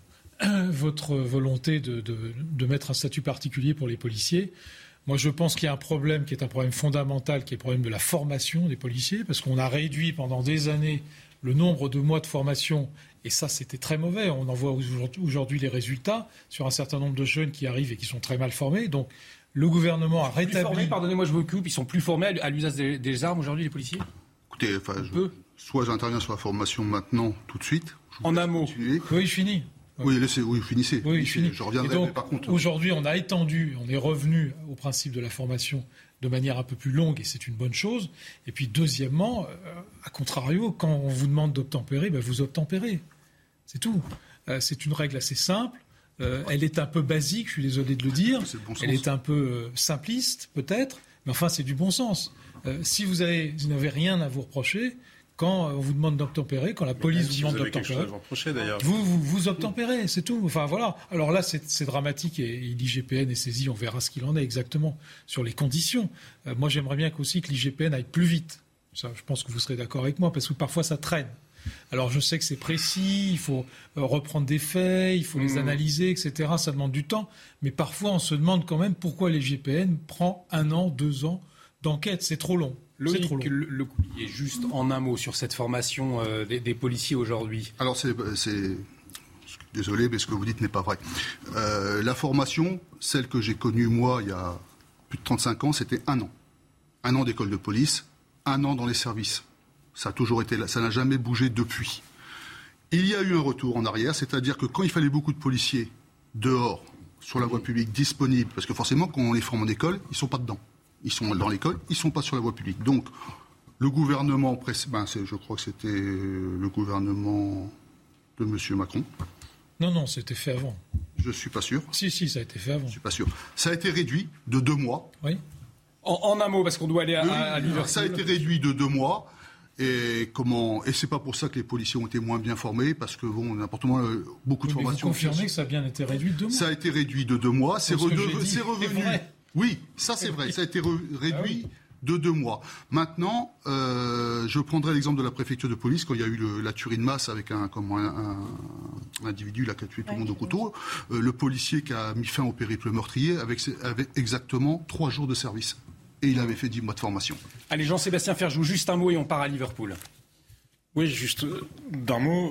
votre volonté de, de, de mettre un statut particulier pour les policiers. Moi, je pense qu'il y a un problème qui est un problème fondamental, qui est le problème de la formation des policiers, parce qu'on a réduit pendant des années le nombre de mois de formation, et ça, c'était très mauvais. On en voit aujourd'hui les résultats sur un certain nombre de jeunes qui arrivent et qui sont très mal formés. Donc, le gouvernement a rétabli... Formés, pardonnez-moi, je vous coupe, ils sont plus formés à l'usage des, des armes aujourd'hui, les policiers? Écoutez, enfin, je, soit j'interviens sur la formation maintenant, tout de suite. En un mot. Oui, je finis. Oui, laissez, oui, finissez. Oui, je, finis. je reviendrai, donc, mais par contre... Aujourd'hui, on a étendu, on est revenu au principe de la formation de manière un peu plus longue, et c'est une bonne chose. Et puis, deuxièmement, euh, à contrario, quand on vous demande d'obtempérer, ben, vous obtempérez. C'est tout. Euh, c'est une règle assez simple. Euh, elle est un peu basique, je suis désolé de le dire. C'est le bon sens. Elle est un peu euh, simpliste, peut-être, mais enfin, c'est du bon sens. Euh, si vous, avez, vous n'avez rien à vous reprocher... Quand on vous demande d'obtempérer, quand la police vous demande d'obtempérer, vous, vous, vous obtempérez, c'est tout. Enfin voilà. Alors là, c'est, c'est dramatique et, et l'I G P N est saisi, on verra ce qu'il en est exactement sur les conditions. Euh, moi, j'aimerais bien qu'aussi que l'I G P N aille plus vite. Ça, je pense que vous serez d'accord avec moi, parce que parfois ça traîne. Alors je sais que c'est précis, il faut euh, reprendre des faits, il faut les analyser, et cetera. Ça demande du temps, mais parfois on se demande quand même pourquoi l'I G P N prend un an, deux ans d'enquête. C'est trop long. Loïc Lecouplier, juste en un mot sur cette formation euh, des, des policiers aujourd'hui. Alors c'est, c'est... Désolé, mais ce que vous dites n'est pas vrai. Euh, la formation, celle que j'ai connue moi il y a plus de trente-cinq ans, c'était un an. Un an d'école de police, un an dans les services. Ça a toujours été là, ça n'a jamais bougé depuis. Il y a eu un retour en arrière, c'est-à-dire que quand il fallait beaucoup de policiers dehors, sur la voie publique, disponibles, parce que forcément quand on les forme en école, ils ne sont pas dedans. Ils sont dans l'école, ils ne sont pas sur la voie publique. Donc, le gouvernement, ben c'est, je crois que c'était le gouvernement de M. Macron. Non, non, c'était fait avant. Je ne suis pas sûr. Si, si, ça a été fait avant. Je ne suis pas sûr. Ça a été réduit de deux mois. Oui. En, en un mot, parce qu'on doit aller à, oui, à Liverpool. Ça a été réduit de deux mois. Et comment Et c'est pas pour ça que les policiers ont été moins bien formés, parce que bon, n'importe comment, beaucoup de oui, formations. Vous confirmez que ça a bien été réduit de deux mois. Ça a été réduit de deux mois. C'est, redeve... dit, c'est revenu. C'est oui, ça c'est vrai. Ça a été re... réduit. Ah oui. De deux mois. Maintenant, euh, je prendrai l'exemple de la préfecture de police quand il y a eu le, la tuerie de masse avec un, comment, un, un, un individu là, qui a tué tout le monde au couteau. Euh, le policier qui a mis fin au périple meurtrier avec, avec exactement trois jours de service. Et il avait fait dix mois de formation. Allez, Jean-Sébastien Ferjou, juste un mot et on part à Liverpool. Oui, juste d'un mot.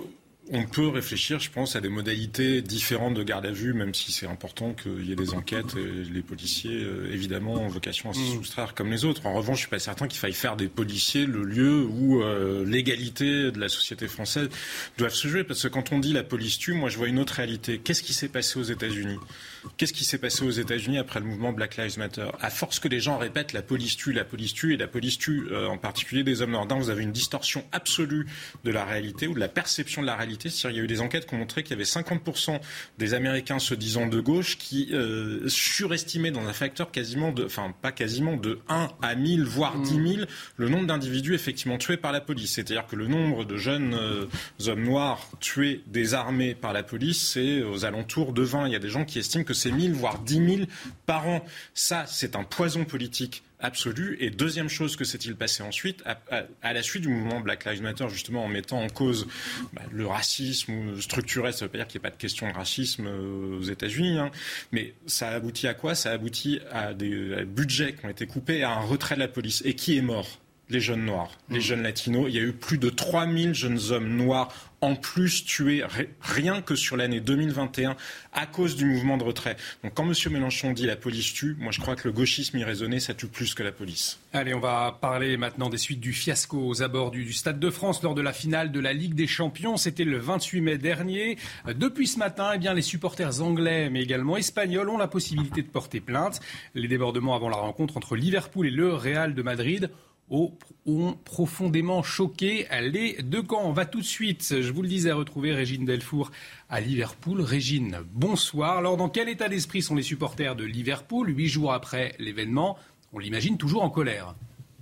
On peut réfléchir, je pense, à des modalités différentes de garde à vue, même si c'est important qu'il y ait des enquêtes et les policiers, euh, évidemment, ont vocation à se soustraire comme les autres. En revanche, je suis pas certain qu'il faille faire des policiers le lieu où euh, l'égalité de la société française doivent se jouer. Parce que quand on dit la police tue, moi je vois une autre réalité. Qu'est-ce qui s'est passé aux États-Unis ? Qu'est-ce qui s'est passé aux États-Unis après le mouvement Black Lives Matter ? À force que les gens répètent la police tue, la police tue, et la police tue, euh, en particulier des hommes noirs, vous avez une distorsion absolue de la réalité ou de la perception de la réalité. C'est-à-dire, il y a eu des enquêtes qui ont montré qu'il y avait cinquante pour cent des Américains se disant de gauche qui euh, surestimaient dans un facteur quasiment de, enfin pas quasiment, de un à mille, voire dix mille, le nombre d'individus effectivement tués par la police. C'est-à-dire que le nombre de jeunes euh, hommes noirs tués désarmés par la police, c'est aux alentours de vingt. Il y a des gens qui estiment que c'est mille, voire dix mille par an. Ça, c'est un poison politique absolu. Et deuxième chose, que s'est-il passé ensuite à, à, à la suite du mouvement Black Lives Matter, justement en mettant en cause bah, le racisme structurel, ça ne veut pas dire qu'il n'y a pas de question de racisme euh, aux États-Unis, hein, mais ça a abouti à quoi ? Ça a abouti à des, à des budgets qui ont été coupés, à un retrait de la police. Et qui est mort ? Les jeunes noirs, les jeunes latinos. Il y a eu plus de trois mille jeunes hommes noirs en plus tués rien que sur l'année deux mille vingt et un à cause du mouvement de retrait. Donc quand M. Mélenchon dit la police tue, moi je crois que le gauchisme irraisonné, ça tue plus que la police. Allez, on va parler maintenant des suites du fiasco aux abords du, du Stade de France lors de la finale de la Ligue des Champions. C'était le vingt-huit mai dernier. Depuis ce matin, eh bien, les supporters anglais mais également espagnols ont la possibilité de porter plainte. Les débordements avant la rencontre entre Liverpool et le Real de Madrid ont profondément choqué les deux camps. On va tout de suite, je vous le disais, retrouver Régine Delfour à Liverpool. Régine, bonsoir. Alors, dans quel état d'esprit sont les supporters de Liverpool, huit jours après l'événement ? On l'imagine toujours en colère.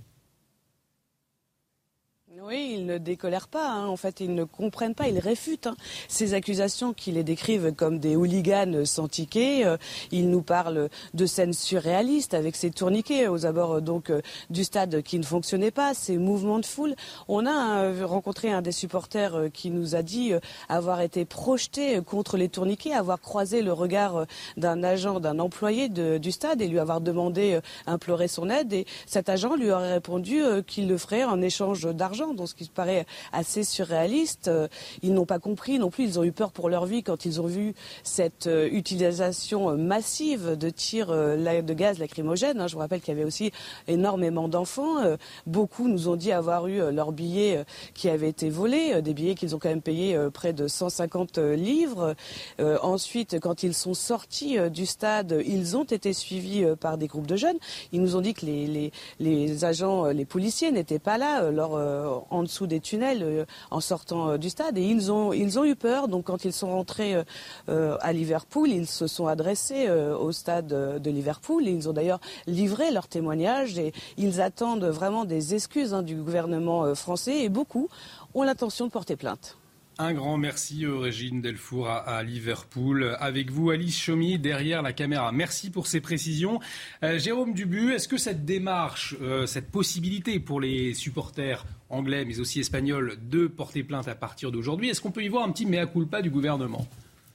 Oui, ils ne décolèrent pas, hein. En fait, ils ne comprennent pas, ils réfutent hein, ces accusations qui les décrivent comme des hooligans sans ticket. Euh, ils nous parlent de scènes surréalistes avec ces tourniquets aux abords donc euh, du stade qui ne fonctionnaient pas, ces mouvements de foule. On a euh, rencontré un des supporters euh, qui nous a dit euh, avoir été projeté contre les tourniquets, avoir croisé le regard euh, d'un agent, d'un employé de, du stade et lui avoir demandé, euh, implorer son aide. Et cet agent lui aurait répondu euh, qu'il le ferait en échange d'argent. Donc ce qui paraît assez surréaliste. Ils n'ont pas compris non plus, ils ont eu peur pour leur vie quand ils ont vu cette utilisation massive de tirs de gaz lacrymogène. Je vous rappelle qu'il y avait aussi énormément d'enfants. Beaucoup nous ont dit avoir eu leurs billets qui avaient été volés, des billets qu'ils ont quand même payés près de cent cinquante livres. Ensuite, quand ils sont sortis du stade, ils ont été suivis par des groupes de jeunes. Ils nous ont dit que les, les, les agents, les policiers n'étaient pas là, leur en dessous des tunnels euh, en sortant euh, du stade et ils ont, ils ont eu peur. Donc quand ils sont rentrés euh, à Liverpool, ils se sont adressés euh, au stade de Liverpool et ils ont d'ailleurs livré leur témoignage et ils attendent vraiment des excuses hein, du gouvernement euh, français et beaucoup ont l'intention de porter plainte. Un grand merci, Régine Delfour, à, à Liverpool. Avec vous, Alice Chomy, derrière la caméra. Merci pour ces précisions. Euh, Jérôme Dubu, est-ce que cette démarche, euh, cette possibilité pour les supporters anglais, mais aussi espagnols, de porter plainte à partir d'aujourd'hui, est-ce qu'on peut y voir un petit mea culpa du gouvernement ?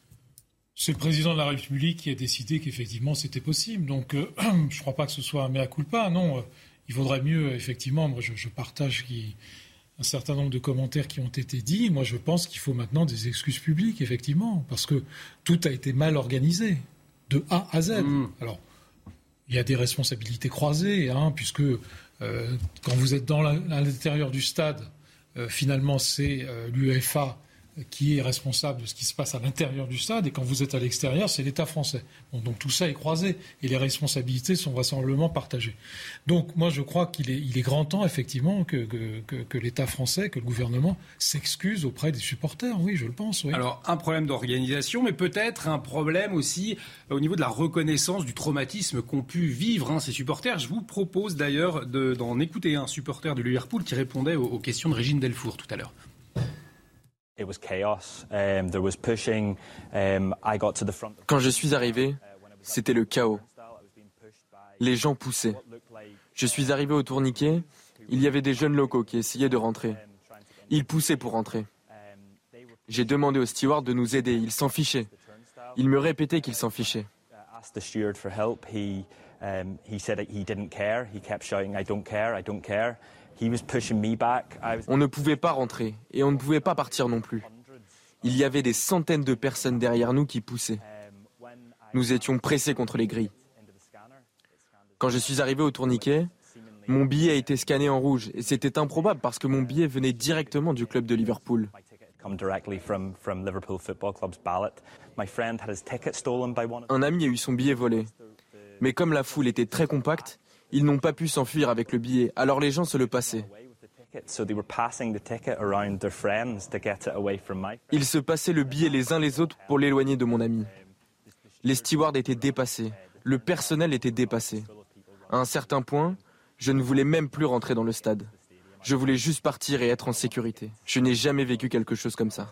C'est le président de la République qui a décidé qu'effectivement c'était possible. Donc euh, je ne crois pas que ce soit un mea culpa. Non, euh, il vaudrait mieux, effectivement, moi je, je partage qui... un certain nombre de commentaires qui ont été dits. Moi, je pense qu'il faut maintenant des excuses publiques, effectivement, parce que tout a été mal organisé, de A à Z. Mmh. Alors, il y a des responsabilités croisées, hein, puisque euh, quand vous êtes dans la, à l'intérieur du stade, euh, finalement, c'est euh, l'UEFA qui est responsable de ce qui se passe à l'intérieur du stade, et quand vous êtes à l'extérieur, c'est l'État français. Bon, donc tout ça est croisé, et les responsabilités sont vraisemblablement partagées. Donc moi je crois qu'il est, il est grand temps, effectivement, que, que, que, que l'État français, que le gouvernement s'excuse auprès des supporters, oui, je le pense. Oui. Alors, un problème d'organisation, mais peut-être un problème aussi au niveau de la reconnaissance du traumatisme qu'ont pu vivre hein, ces supporters. Je vous propose d'ailleurs de, d'en écouter un supporter de Liverpool qui répondait aux, aux questions de Régine Delfour tout à l'heure. Quand je suis arrivé, c'était le chaos. Les gens poussaient. Je suis arrivé au tourniquet, il y avait des jeunes locaux qui essayaient de rentrer. Ils poussaient pour rentrer. J'ai demandé au steward de nous aider, il s'en fichait. Il me répétait qu'il s'en fichait. On ne pouvait pas rentrer et on ne pouvait pas partir non plus. Il y avait des centaines de personnes derrière nous qui poussaient. Nous étions pressés contre les grilles. Quand je suis arrivé au tourniquet, mon billet a été scanné en rouge et c'était improbable parce que mon billet venait directement du club de Liverpool. Un ami a eu son billet volé. Mais comme la foule était très compacte, ils n'ont pas pu s'enfuir avec le billet, alors les gens se le passaient. Ils se passaient le billet les uns les autres pour l'éloigner de mon ami. Les stewards étaient dépassés, le personnel était dépassé. À un certain point, je ne voulais même plus rentrer dans le stade. Je voulais juste partir et être en sécurité. Je n'ai jamais vécu quelque chose comme ça.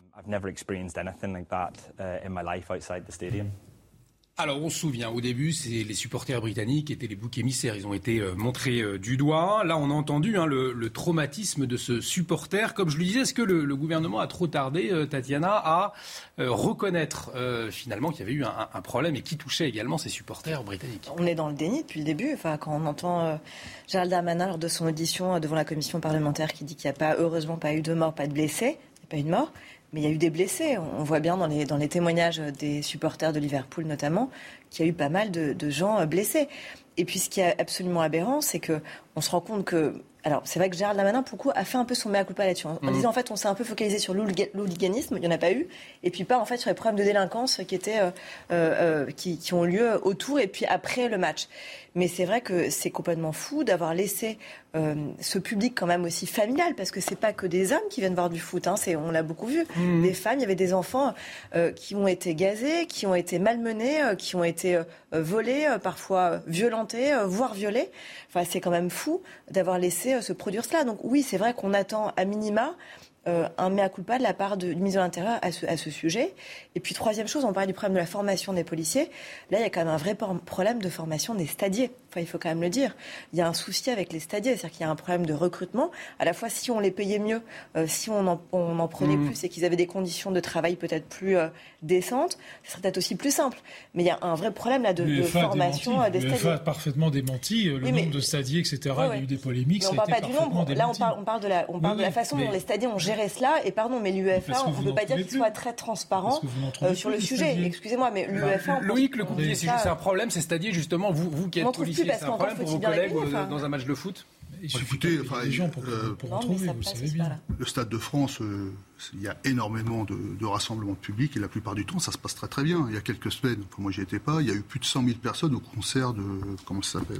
Alors on se souvient, au début, c'est les supporters britanniques qui étaient les boucs émissaires. Ils ont été euh, montrés euh, du doigt. Là, on a entendu hein, le, le traumatisme de ce supporter. Comme je le disais, est-ce que le, le gouvernement a trop tardé, euh, Tatiana, à euh, reconnaître euh, finalement qu'il y avait eu un, un problème et qui touchait également ces supporters britanniques? On est dans le déni depuis le début. Enfin, quand on entend euh, Gérald Darmanin lors de son audition euh, devant la commission parlementaire qui dit qu'il n'y a pas, heureusement pas eu de mort, pas de blessés, il n'y a pas eu de mort. Mais il y a eu des blessés. On voit bien dans les, dans les témoignages des supporters de Liverpool notamment qu'il y a eu pas mal de, de gens blessés. Et puis ce qui est absolument aberrant, c'est qu'on se rend compte que... Alors c'est vrai que Gérald Darmanin, pour le coup, a fait un peu son mea culpa là-dessus. En mmh. disant en fait on s'est un peu focalisé sur l'hooliganisme, il n'y en a pas eu. Et puis pas en fait sur les problèmes de délinquance qui, étaient, euh, euh, qui, qui ont lieu autour et puis après le match. Mais c'est vrai que c'est complètement fou d'avoir laissé euh, ce public quand même aussi familial, parce que c'est pas que des hommes qui viennent voir du foot, hein, c'est, on l'a beaucoup vu. Mmh. Des femmes, il y avait des enfants euh, qui ont été gazés, qui ont été malmenés, euh, qui ont été euh, volés, euh, parfois violentés, euh, voire violés. Enfin, c'est quand même fou d'avoir laissé euh, se produire cela. Donc oui, c'est vrai qu'on attend à minima Euh, un mea culpa de la part de, du ministre de l'Intérieur à ce, à ce sujet. Et puis troisième chose, on parlait du problème de la formation des policiers. Là, il y a quand même un vrai problème de formation des stadiers. Enfin, il faut quand même le dire. Il y a un souci avec les stadiers, c'est-à-dire qu'il y a un problème de recrutement. À la fois, si on les payait mieux, euh, si on en, on en prenait mmh. plus et qu'ils avaient des conditions de travail peut-être plus euh, décentes, ce serait peut-être aussi plus simple. Mais il y a un vrai problème là de, de formation démenti. des stadiers. Le F A a parfaitement démenti le oui, nombre de stadiers, et cetera. Ouais, ouais. Il y a eu des polémiques. Mais on ne parle pas du nombre. Là, on parle, on parle de la, on parle oui, de la façon mais... dont les stadiers ont géré cela. Et pardon, mais l'U E F A, on ne peut pas dire qu'il soit très transparent euh, sur le sujet. Stadiers. Excusez-moi, mais l'U E F A... Loïc Lecouvier, c'est juste un problème, c'est c'est-à-dire justement, vous, vous qui êtes policier, c'est un problème pour vos collègues dans un match de foot? Il suffit des gens pour, euh, pour non, retrouver, vous savez bien. Le Stade de France, euh, il y a énormément de, de rassemblements de public et la plupart du temps, ça se passe très très bien. Il y a quelques semaines, enfin, moi j'y étais pas, il y a eu plus de cent mille personnes au concert de... Comment ça s'appelle?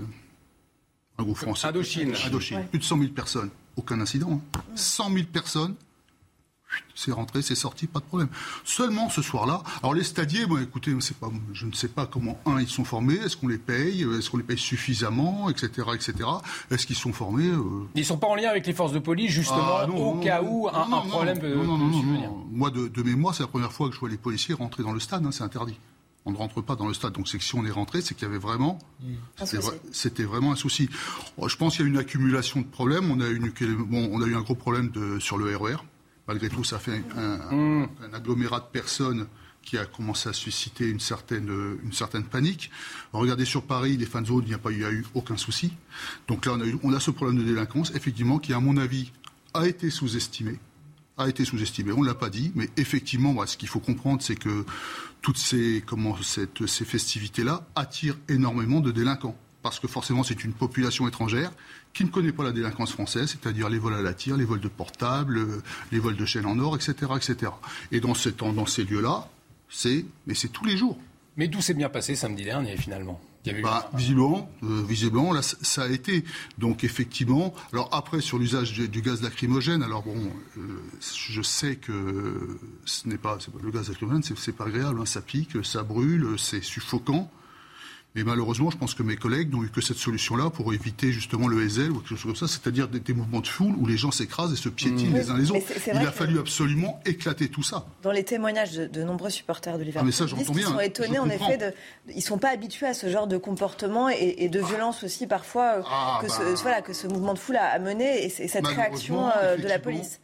Un groupe français. Indochine. Indochine. Ouais. Plus de cent mille personnes. Aucun incident. Hein. cent mille personnes. C'est rentré, c'est sorti, pas de problème. Seulement ce soir-là, alors les stadiers, bon, écoutez, c'est pas, je ne sais pas comment, un, ils sont formés, est-ce qu'on les paye, est-ce qu'on les paye suffisamment, et cetera, et cetera. Est-ce qu'ils sont formés euh... Ils ne sont pas en lien avec les forces de police, justement, ah, non, au non, cas non, où un, non, un problème peut, non, non, non, peut non, non. Moi, de, de mémoire, c'est la première fois que je vois les policiers rentrer dans le stade, hein, c'est interdit. On ne rentre pas dans le stade. Donc, c'est que si on est rentré, c'est qu'il y avait vraiment, mmh. c'était, vra- c'était vraiment un souci. Bon, je pense qu'il y a une accumulation de problèmes. On a, une, bon, on a eu un gros problème de, sur le R E R. Malgré tout, ça fait un, un, mmh. un agglomérat de personnes qui a commencé à susciter une certaine, une certaine panique. Regardez sur Paris, les fan zones, il n'y a pas eu, a eu aucun souci. Donc là, on a, eu, on a ce problème de délinquance, effectivement, qui, à mon avis, a été sous-estimé. a été sous-estimé. On ne l'a pas dit, mais effectivement, bah, ce qu'il faut comprendre, c'est que toutes ces, comment, cette, ces festivités-là attirent énormément de délinquants. Parce que forcément, c'est une population étrangère qui ne connaît pas la délinquance française, c'est-à-dire les vols à la tire, les vols de portables, les vols de chaînes en or, et cetera, et cetera. Et dans, cette, dans ces lieux-là, c'est, mais c'est tous les jours. Mais tout s'est bien passé samedi dernier, finalement. Il y avait bah, eu... Visiblement, euh, visiblement, là, ça a été. Donc, effectivement, alors après, sur l'usage du, du gaz lacrymogène, alors bon, euh, je sais que ce n'est pas, c'est pas le gaz lacrymogène, c'est, c'est pas agréable, hein, ça pique, ça brûle, c'est suffocant. Mais malheureusement, je pense que mes collègues n'ont eu que cette solution-là pour éviter justement le Hesel ou quelque chose comme ça, c'est-à-dire des, des mouvements de foule où les gens s'écrasent et se piétinent mmh. les uns les autres. C'est, c'est Il a fallu absolument éclater tout ça. Dans les témoignages de, de nombreux supporters de Liverpool, ah, mais ça, j'entends ils bien, sont étonnés en effet, de, ils ne sont pas habitués à ce genre de comportement et, et de violence aussi parfois ah, que, bah, ce, voilà, que ce mouvement de foule a amené et, et cette réaction euh, de la police.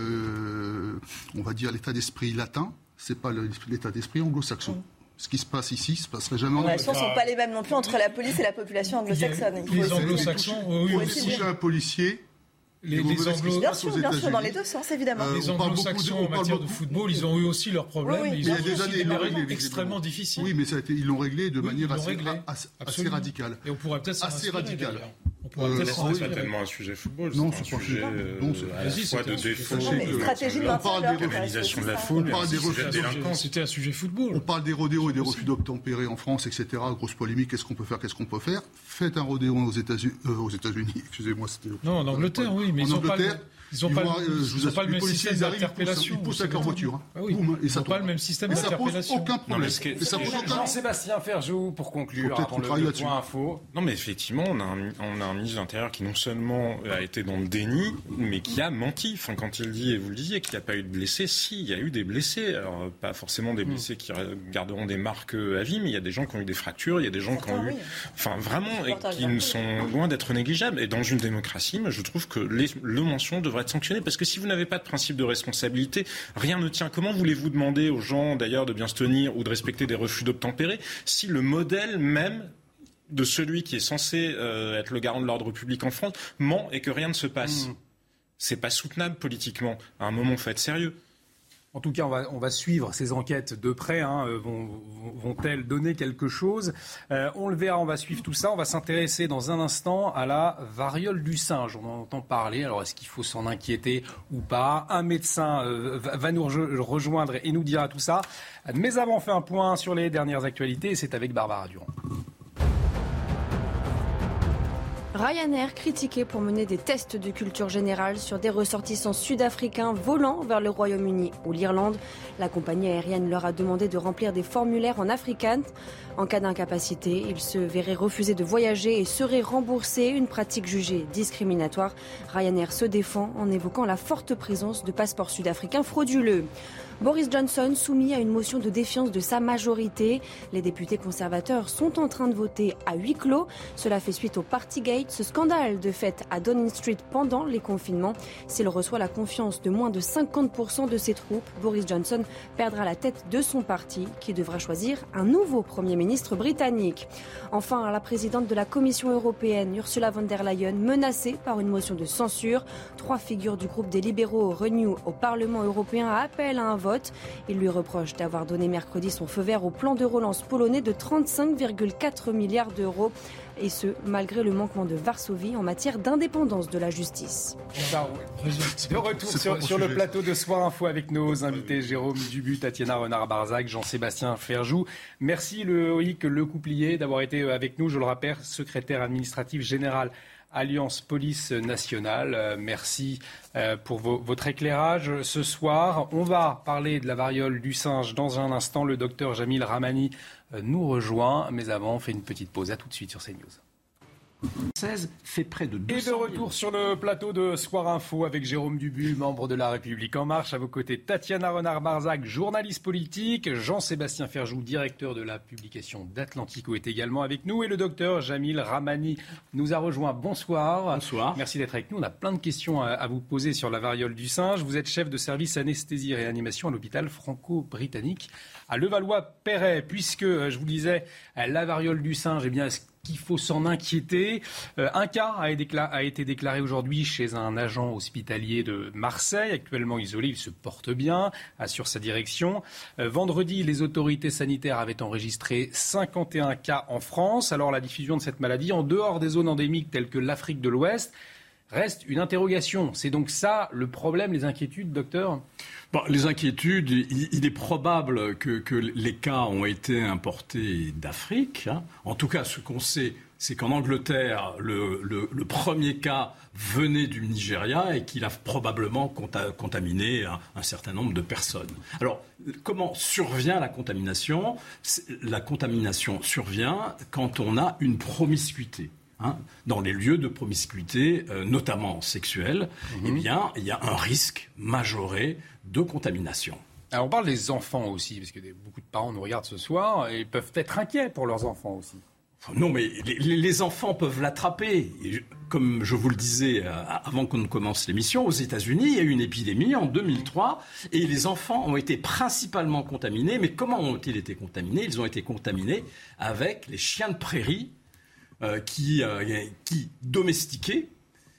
Le, on va dire l'état d'esprit latin, c'est pas le, l'état d'esprit anglo-saxon. Mmh. Ce qui se passe ici, ça ne se passerait jamais en Angleterre. Les relations ne sont pas les mêmes non plus entre la police et la population anglo-saxonne. Les anglo-saxons, oui, oui. Si j'ai un policier, Les, les anglo... Bien sûr, bien sûr, dans les deux sens, évidemment. Euh, les anglo-saxons en matière de football, ils ont eu aussi leurs problèmes. Oui, oui. Ils ont eu aussi des règles extrêmement difficiles. Oui, mais ça a été, ils l'ont réglé de oui, manière assez, réglé. assez, assez radicale. Et on pourrait peut-être assez radicale. On pourrait peut-être s'en inspirer. C'est pas tellement un sujet football, non, c'est un sujet euh, à la fois de défaut, stratégie de l'organisation de la foule, on parle des refus de délinquance. C'était un sujet football. On parle des rodéos et des refus d'obtempérer en France, et cetera. Grosse polémique, qu'est-ce qu'on peut faire, qu'est-ce qu'on peut faire. Faites un rodéo aux États-Unis, aux États-Unis, excusez-moi, c'était... Non, en Angleterre, oui, mais ils n'ont pas... Ils n'ont pas, voir, euh, ils ont pas le même système d'interpellation. Ils poussent avec leur voiture. Hein. Ah oui. Boum, ils n'ont pas le même système d'interpellation. Ça pose aucun problème. Non, ça pose aucun... Jean-Sébastien Ferjou, pour conclure, avant le, le point info. Non, mais effectivement, on a, un, on a un ministre de l'Intérieur qui non seulement a été dans le déni, mais qui a menti. Enfin, quand il dit, et vous le disiez, qu'il n'y a pas eu de blessés, si, il y a eu des blessés. Alors, pas forcément des blessés qui garderont des marques à vie, mais il y a des gens qui ont eu des fractures, il y a des gens qui ont eu... Enfin, vraiment, et qui ne sont loin d'être négligeables. Et dans une démocratie, je trouve que les, le mention devrait être sanctionné, parce que si Si vous n'avez pas de principe de responsabilité, rien ne tient. Comment voulez-vous demander aux gens, d'ailleurs, de bien se tenir ou de respecter des refus d'obtempérer si le modèle même de celui qui est censé euh, être le garant de l'ordre public en France ment et que rien ne se passe? Mmh. C'est pas soutenable politiquement. À un moment, il faut être sérieux. En tout cas, on va, on va suivre ces enquêtes de près. Hein, vont, vont-elles donner quelque chose? euh, On le verra, on va suivre tout ça. On va s'intéresser dans un instant à la variole du singe. On en entend parler. Alors, est-ce qu'il faut s'en inquiéter ou pas? Un médecin euh, va nous rejoindre et nous dira tout ça. Mais avant, on fait un point sur les dernières actualités. Et c'est avec Barbara Durand. Ryanair critiqué pour mener des tests de culture générale sur des ressortissants sud-africains volant vers le Royaume-Uni ou l'Irlande. La compagnie aérienne leur a demandé de remplir des formulaires en afrikaans. En cas d'incapacité, ils se verraient refuser de voyager et seraient remboursés, une pratique jugée discriminatoire. Ryanair se défend en évoquant la forte présence de passeports sud-africains frauduleux. Boris Johnson soumis à une motion de défiance de sa majorité. Les députés conservateurs sont en train de voter à huis clos. Cela fait suite au Partygate, ce scandale de fait à Downing Street pendant les confinements. S'il reçoit la confiance de moins de cinquante pour cent de ses troupes, Boris Johnson perdra la tête de son parti qui devra choisir un nouveau Premier ministre britannique. Enfin, la présidente de la Commission européenne, Ursula von der Leyen, menacée par une motion de censure. Trois figures du groupe des libéraux Renew au Parlement européen appellent à un vote. Il lui reproche d'avoir donné mercredi son feu vert au plan de relance polonais de trente-cinq virgule quatre milliards d'euros. Et ce, malgré le manquement de Varsovie en matière d'indépendance de la justice. De retour sur, sur le plateau de Soir Info avec nos invités Jérôme Dubu, Tatiana Renard-Barzac, Jean-Sébastien Ferjou. Merci Loïc Lecouplier d'avoir été avec nous, je le rappelle, secrétaire administratif général Alliance Police Nationale. Merci pour vos, votre éclairage ce soir. On va parler de la variole du singe dans un instant. Le docteur Jamil Ramani nous rejoint. Mais avant, on fait une petite pause. À tout de suite sur CNews. seize fait près de deux cents Et de retour sur le plateau de Soir Info avec Jérôme Dubu, membre de La République En Marche. À vos côtés, Tatiana Renard-Barzac, journaliste politique. Jean-Sébastien Ferjou, directeur de la publication d'Atlantico, est également avec nous. Et le docteur Jamil Ramani nous a rejoint. Bonsoir. Bonsoir. Merci d'être avec nous. On a plein de questions à, à vous poser sur la variole du singe. Vous êtes chef de service anesthésie et réanimation à l'hôpital franco-britannique à Levallois-Perret. Puisque, je vous disais, la variole du singe, eh bien, est-ce qu'il faut s'en inquiéter? Euh, un cas a été, a été déclaré aujourd'hui chez un agent hospitalier de Marseille, actuellement isolé, il se porte bien, assure sa direction. Euh, vendredi, les autorités sanitaires avaient enregistré cinquante et un cas en France. Alors la diffusion de cette maladie en dehors des zones endémiques telles que l'Afrique de l'Ouest reste une interrogation. C'est donc ça le problème, les inquiétudes, docteur? Bon, les inquiétudes, il, il est probable que, que les cas ont été importés d'Afrique. Hein. En tout cas, ce qu'on sait, c'est qu'en Angleterre, le, le, le premier cas venait du Nigeria et qu'il a probablement conta- contaminé un, un certain nombre de personnes. Alors, comment survient la contamination? La contamination survient quand on a une promiscuité. Hein, dans les lieux de promiscuité, euh, notamment sexuelle, mmh. eh bien, il y a un risque majoré de contamination. Alors, on parle des enfants aussi, parce que beaucoup de parents nous regardent ce soir et ils peuvent être inquiets pour leurs enfants aussi. Non, mais les, les enfants peuvent l'attraper. Et comme je vous le disais euh, avant qu'on ne commence l'émission, aux États-Unis, il y a eu une épidémie en deux mille trois et les enfants ont été principalement contaminés. Mais comment ont-ils été contaminés? Ils ont été contaminés avec les chiens de prairie Euh, qui, euh, qui domestiqués,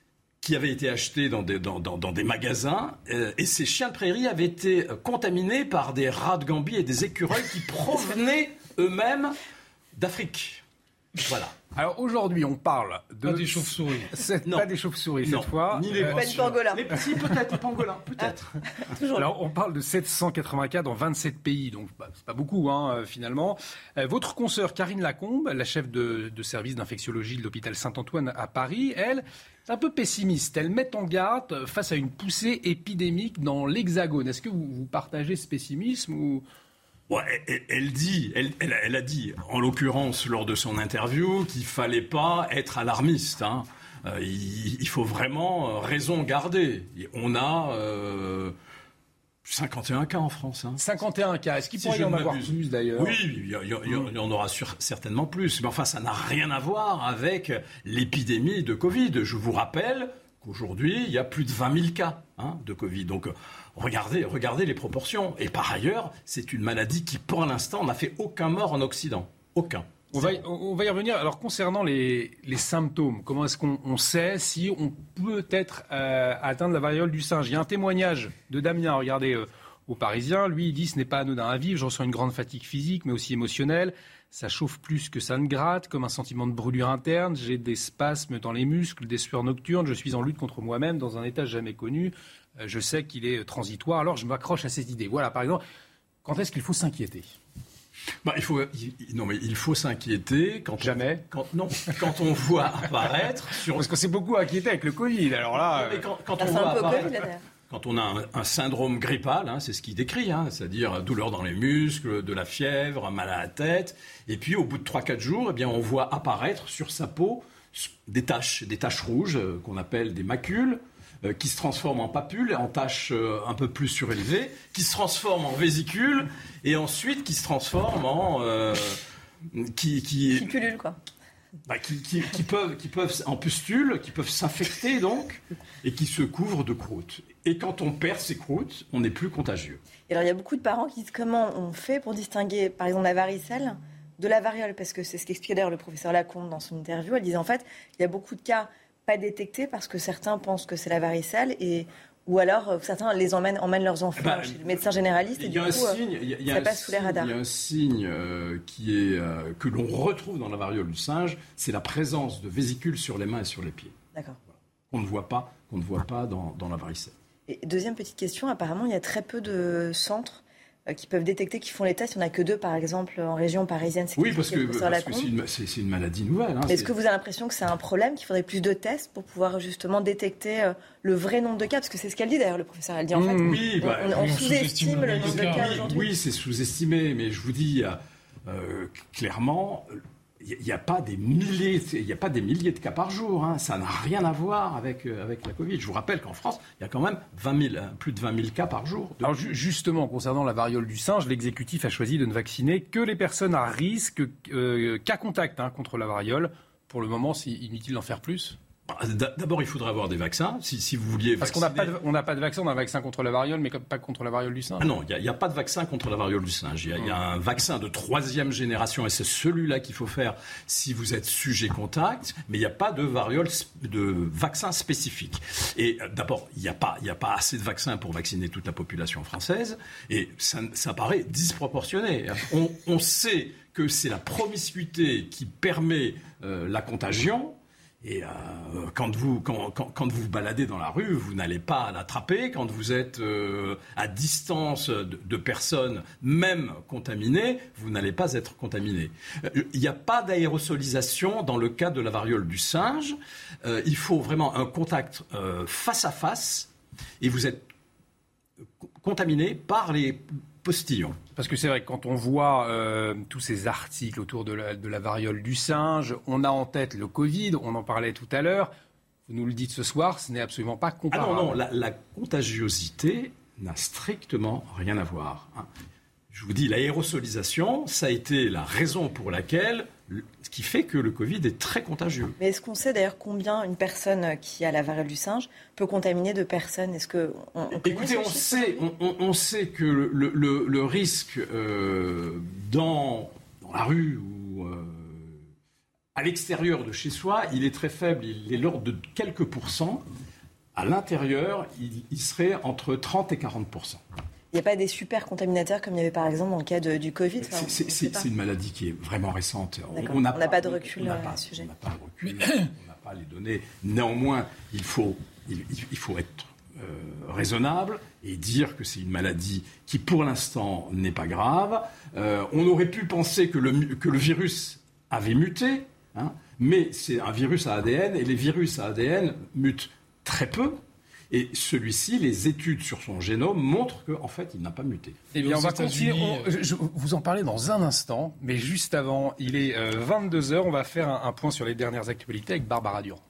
qui avaient été achetés dans des, dans, dans, dans des magasins. Euh, et ces chiens de prairie avaient été contaminés par des rats de Gambie et des écureuils qui provenaient eux-mêmes d'Afrique. Voilà. Alors aujourd'hui, on parle de... Pas des chauves-souris. C'est pas des chauves-souris cette fois. Ni les Pas de pangolins. Les petits, peut-être, les pangolins, peut-être. Toujours. Alors on parle de sept cent quatre-vingts cas dans vingt-sept pays, donc bah, c'est pas beaucoup hein, euh, finalement. Euh, votre consoeur Karine Lacombe, la chef de, de service d'infectiologie de l'hôpital Saint-Antoine à Paris, elle, est un peu pessimiste. Elle met en garde face à une poussée épidémique dans l'Hexagone. Est-ce que vous, vous partagez ce pessimisme ou... Ouais, elle, elle dit, elle, elle, elle a dit, en l'occurrence lors de son interview, qu'il fallait pas être alarmiste. Hein. Euh, il, il faut vraiment raison garder. Et on a euh, cinquante et un cas en France. Hein. cinquante et un cas. Est-ce qu'il Si pourrait je y en ne avoir m'abuse. plus d'ailleurs? Oui, il y, y, y, y en aura sur, certainement plus. Mais enfin, ça n'a rien à voir avec l'épidémie de Covid. Je vous rappelle qu'aujourd'hui, il y a plus de vingt mille cas hein, de Covid. Donc, regardez, regardez les proportions. Et par ailleurs, c'est une maladie qui, pour l'instant, n'a fait aucun mort en Occident. Aucun. On va, y, on va y revenir. Alors, concernant les, les symptômes, comment est-ce qu'on on sait si on peut être euh, atteint de la variole du singe? Il y a un témoignage de Damien, regardez, euh, au Parisien. Lui, il dit « Ce n'est pas anodin à vivre. Je ressens une grande fatigue physique, mais aussi émotionnelle. Ça chauffe plus que ça ne gratte, comme un sentiment de brûlure interne. J'ai des spasmes dans les muscles, des sueurs nocturnes. Je suis en lutte contre moi-même dans un état jamais connu. Euh, je sais qu'il est transitoire. Alors, je m'accroche à cette idée. » Voilà, par exemple, quand est-ce qu'il faut s'inquiéter? Bah, il faut, il, non, mais il faut s'inquiéter quand Jamais. On, quand, non, quand on voit apparaître sur. Parce qu'on s'est beaucoup inquiété avec le Covid. Alors là, mais quand, quand Ah, on c'est voit un peu apparaître, Covid, là, quand on a un, un syndrome grippal, hein, c'est ce qu'il décrit, hein, c'est-à-dire douleur dans les muscles, de la fièvre, mal à la tête, et puis au bout de trois quatre jours, eh bien, on voit apparaître sur sa peau des taches, des taches rouges euh, qu'on appelle des macules. Euh, qui se transforment en papules, en taches euh, un peu plus surélevées, qui se transforment en vésicules, et ensuite qui se transforment en... Euh, qui, qui, Qui pullule, quoi. Bah, qui, qui, qui, peuvent, qui peuvent, en pustules, qui peuvent s'infecter, donc, et qui se couvrent de croûtes. Et quand on perd ces croûtes, on n'est plus contagieux. Et alors, il y a beaucoup de parents qui disent comment on fait pour distinguer, par exemple, la varicelle de la variole, parce que c'est ce qu'expliquait d'ailleurs le professeur Lacombe dans son interview. Elle disait, en fait, il y a beaucoup de cas pas détectés parce que certains pensent que c'est la varicelle et ou alors euh, certains les emmènent, emmènent leurs enfants bah, chez le médecin généraliste et du coup signe, euh, y a, y a ça passe sous les radars. Il y a un signe euh, qui est, euh, que l'on retrouve dans la variole du singe, c'est la présence de vésicules sur les mains et sur les pieds. D'accord. Voilà. Qu'on ne voit pas, qu'on ne voit pas dans, dans la varicelle. Et deuxième petite question, apparemment il y a très peu de centres qui peuvent détecter, qui font les tests. Il n'y en a que deux, par exemple, en région parisienne. C'est oui, parce que, parce que c'est, une, c'est, c'est une maladie nouvelle. Hein, Est-ce c'est... que vous avez l'impression que c'est un problème, qu'il faudrait plus de tests pour pouvoir justement détecter euh, le vrai nombre de cas? Parce que c'est ce qu'elle dit d'ailleurs, le professeur. Elle dit en fait, mmh, oui, on, bah, on, on oui, sous-estime le nombre de cas oui, aujourd'hui. Oui, c'est sous-estimé, mais je vous dis euh, clairement... Il n'y a pas des milliers, il y a pas des milliers de cas par jour. Hein. Ça n'a rien à voir avec, euh, avec la Covid. Je vous rappelle qu'en France, il y a quand même vingt mille, hein, plus de vingt mille cas par jour. Alors ju- justement, concernant la variole du singe, l'exécutif a choisi de ne vacciner que les personnes à risque, euh, cas contact hein, contre la variole. Pour le moment, c'est inutile d'en faire plus. D'abord, il faudrait avoir des vaccins, si, si vous vouliez Parce vacciner. qu'on n'a pas, de, on n'a pas de vaccin, on a un vaccin contre la variole, mais pas contre la variole du singe. Ah non, il n'y a, a pas de vaccin contre la variole du singe. Il y, y a un vaccin de troisième génération, et c'est celui-là qu'il faut faire si vous êtes sujet contact, mais il n'y a pas de variole, de vaccin spécifique. Et d'abord, il n'y a pas, il n'y a pas assez de vaccins pour vacciner toute la population française, et ça, ça paraît disproportionné. On, on sait que c'est la promiscuité qui permet euh, la contagion. Et euh, quand, vous, quand, quand, quand vous vous baladez dans la rue, vous n'allez pas l'attraper. Quand vous êtes euh, à distance de, de personnes, même contaminées, vous n'allez pas être contaminé. Il n'y a pas d'aérosolisation dans le cas de la variole du singe. Euh, il faut vraiment un contact euh, face à face et vous êtes contaminé par les postillons. Parce que c'est vrai que quand on voit euh, tous ces articles autour de la, de la variole du singe, on a en tête le Covid, on en parlait tout à l'heure. Vous nous le dites ce soir, ce n'est absolument pas comparable. Ah non, non, la, la contagiosité n'a strictement rien à voir. Hein. Je vous dis, l'aérosolisation, ça a été la raison pour laquelle, ce qui fait que le Covid est très contagieux. Mais est-ce qu'on sait d'ailleurs combien une personne qui a la variole du singe peut contaminer deux personnes? Est-ce que on, on Écoutez, on sait, on, on, on sait que le, le, le risque euh, dans, dans la rue ou euh, à l'extérieur de chez soi, il est très faible, il est l'ordre de quelques pourcents. à l'intérieur, il, il serait entre trente et quarante pour cent. Il n'y a pas des super contaminateurs comme il y avait par exemple dans le cas de, du Covid. Enfin, c'est, c'est, c'est une maladie qui est vraiment récente. D'accord. On n'a pas, pas de recul à ce sujet. On n'a pas de recul, on n'a pas les données. Néanmoins, il faut, il, il faut être euh, raisonnable et dire que c'est une maladie qui, pour l'instant, n'est pas grave. Euh, on aurait pu penser que le, que le virus avait muté, hein, mais c'est un virus à A D N et les virus à A D N mutent très peu. Et celui-ci, les études sur son génome montrent qu'en fait, il n'a pas muté. Eh bien, on va continuer. On, je, je, vous en parlez dans un instant, mais juste avant, il est euh, vingt-deux heures. On va faire un, un point sur les dernières actualités avec Barbara Durand.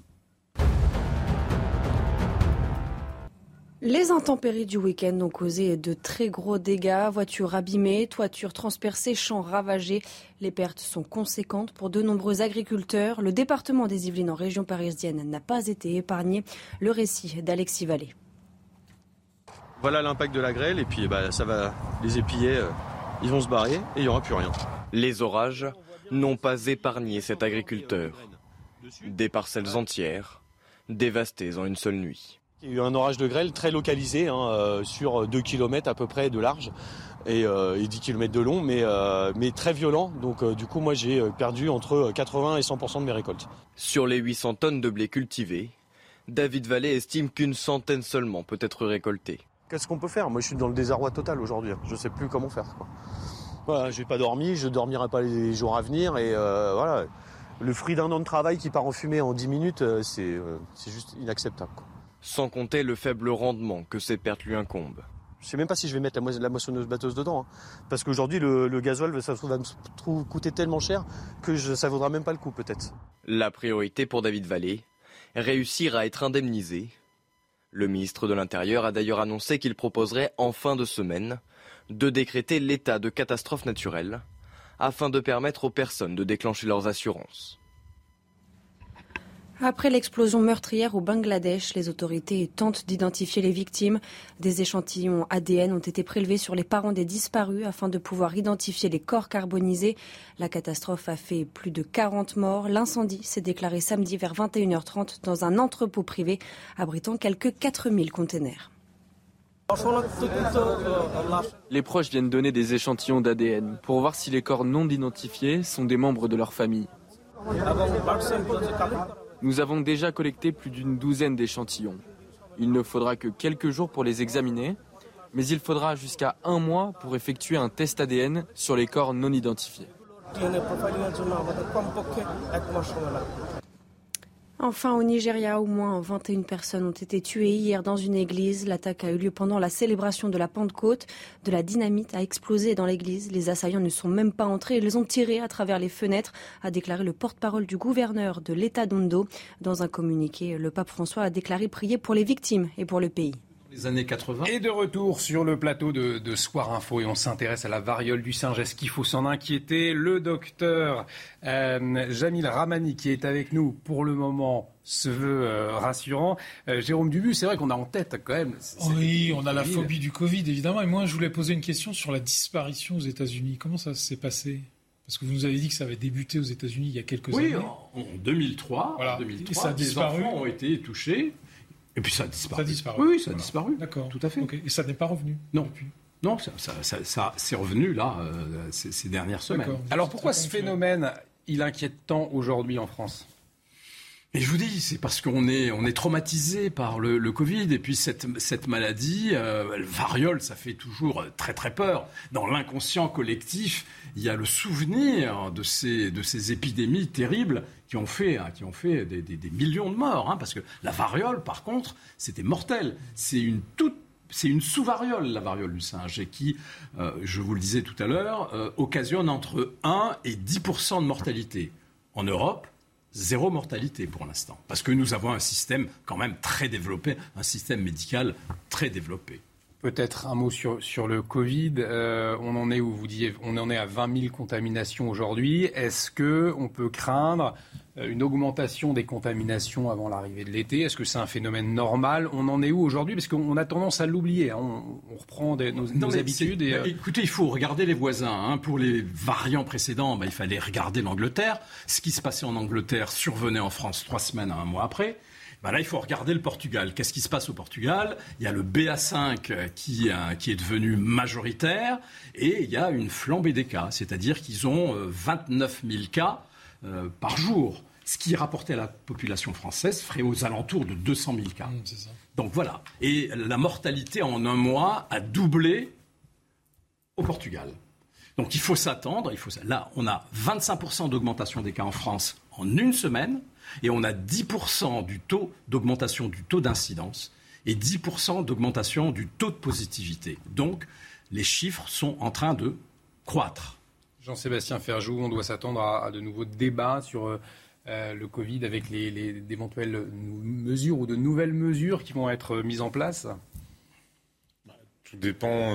Les intempéries du week-end ont causé de très gros dégâts. Voitures abîmées, toitures transpercées, champs ravagés. Les pertes sont conséquentes pour de nombreux agriculteurs. Le département des Yvelines en région parisienne n'a pas été épargné. Le récit d'Alexis Vallée. Voilà l'impact de la grêle et puis bah, ça va les épiller. Euh, ils vont se barrer et il n'y aura plus rien. Les orages n'ont pas épargné cet agriculteur. Des parcelles entières dévastées en une seule nuit. Il y a eu un orage de grêle très localisé, hein, euh, sur deux kilomètres à peu près de large et, euh, et dix kilomètres de long, mais, euh, mais très violent. Donc euh, du coup, moi j'ai perdu entre quatre-vingts et cent pour cent de mes récoltes. Sur les huit cents tonnes de blé cultivé, David Vallée estime qu'une centaine seulement peut être récoltée. Qu'est-ce qu'on peut faire ? Moi je suis dans le désarroi total aujourd'hui, je ne sais plus comment faire, quoi. Voilà, j'ai pas dormi, je ne dormirai pas les jours à venir et euh, voilà. Le fruit d'un an de travail qui part en fumée en dix minutes, c'est, euh, c'est juste inacceptable, quoi. Sans compter le faible rendement que ces pertes lui incombent. Je ne sais même pas si je vais mettre la, mo- la moissonneuse-batteuse dedans. Hein. Parce qu'aujourd'hui, le, le gasoil ça va me coûter tellement cher que je, ça ne vaudra même pas le coup, peut-être. La priorité pour David Vallée, réussir à être indemnisé. Le ministre de l'Intérieur a d'ailleurs annoncé qu'il proposerait en fin de semaine de décréter l'état de catastrophe naturelle afin de permettre aux personnes de déclencher leurs assurances. Après l'explosion meurtrière au Bangladesh, les autorités tentent d'identifier les victimes. Des échantillons A D N ont été prélevés sur les parents des disparus afin de pouvoir identifier les corps carbonisés. La catastrophe a fait plus de quarante morts. L'incendie s'est déclaré samedi vers vingt et une heures trente dans un entrepôt privé abritant quelques quatre mille containers. Les proches viennent donner des échantillons d'A D N pour voir si les corps non identifiés sont des membres de leur famille. Nous avons déjà collecté plus d'une douzaine d'échantillons. Il ne faudra que quelques jours pour les examiner, mais il faudra jusqu'à un mois pour effectuer un test A D N sur les corps non identifiés. Enfin, au Nigeria, au moins vingt et une personnes ont été tuées hier dans une église. L'attaque a eu lieu pendant la célébration de la Pentecôte. De la dynamite a explosé dans l'église. Les assaillants ne sont même pas entrés. Ils les ont tirés à travers les fenêtres, a déclaré le porte-parole du gouverneur de l'État d'Ondo. Dans un communiqué, le pape François a déclaré prier pour les victimes et pour le pays. Les années quatre-vingts. Et de retour sur le plateau de, de Soir Info et on s'intéresse à la variole du singe. Est-ce qu'il faut s'en inquiéter ? Le docteur euh, Jamil Ramani qui est avec nous pour le moment se veut euh, rassurant. Euh, Jérôme Dubu, c'est vrai qu'on a en tête quand même. C'est, c'est oui, on a la phobie du Covid évidemment. Et moi, je voulais poser une question sur la disparition aux États-Unis. Comment ça s'est passé ? Parce que vous nous avez dit que ça avait débuté aux États-Unis il y a quelques oui, années. Oui, en, en deux mille trois. Voilà. En deux mille trois, et ça a des disparu. enfants ont été touchés. Et puis ça a disparu. Ça a disparu. Oui, oui, ça a voilà. disparu. D'accord. Tout à fait. Okay. Et ça n'est pas revenu Non. depuis. Non, ça, ça, ça, ça c'est revenu là euh, ces, ces dernières semaines. D'accord. Alors pourquoi ce phénomène, il inquiète tant aujourd'hui en France ? Et je vous dis, c'est parce qu'on est, on est traumatisé par le, le Covid et puis cette, cette maladie, euh, le variole, ça fait toujours très très peur. Dans l'inconscient collectif, il y a le souvenir de ces, de ces épidémies terribles qui ont fait, hein, qui ont fait des, des, des millions de morts. Hein, parce que la variole, par contre, c'était mortel. C'est une toute C'est une sous-variole, la variole du singe, et qui, euh, je vous le disais tout à l'heure, euh, occasionne entre un et dix pour cent de mortalité. En Europe, zéro mortalité pour l'instant. Parce que nous avons un système quand même très développé, un système médical très développé. Peut-être un mot sur, sur le Covid. Euh, on en est où vous disiez, on en est à vingt mille contaminations aujourd'hui. Est-ce qu'on peut craindre une augmentation des contaminations avant l'arrivée de l'été ? Est-ce que c'est un phénomène normal ? On en est où aujourd'hui ? Parce qu'on a tendance à l'oublier. Hein. On, on reprend des, nos, non, nos habitudes. Et, euh... Écoutez, il faut regarder les voisins. Hein. Pour les variants précédents, bah, il fallait regarder l'Angleterre. Ce qui se passait en Angleterre survenait en France trois semaines à un mois après. Ben là, il faut regarder le Portugal. Qu'est-ce qui se passe au Portugal ? Il y a le B A cinq qui, euh, qui est devenu majoritaire et il y a une flambée des cas. C'est-à-dire qu'ils ont euh, vingt-neuf mille cas euh, par jour. Ce qui, rapporté à la population française, ferait aux alentours de deux cent mille cas. Mmh, c'est ça. Donc voilà. Et la mortalité en un mois a doublé au Portugal. Donc il faut s'attendre. Il faut... Là, on a vingt-cinq pour cent d'augmentation des cas en France en une semaine. Et on a dix pour cent du taux d'augmentation du taux d'incidence et dix pour cent d'augmentation du taux de positivité. Donc les chiffres sont en train de croître. Jean-Sébastien Ferjou, on doit s'attendre à, à de nouveaux débats sur... Euh... Euh, le Covid avec les, les, d'éventuelles mesures ou de nouvelles mesures qui vont être mises en place ? Tout dépend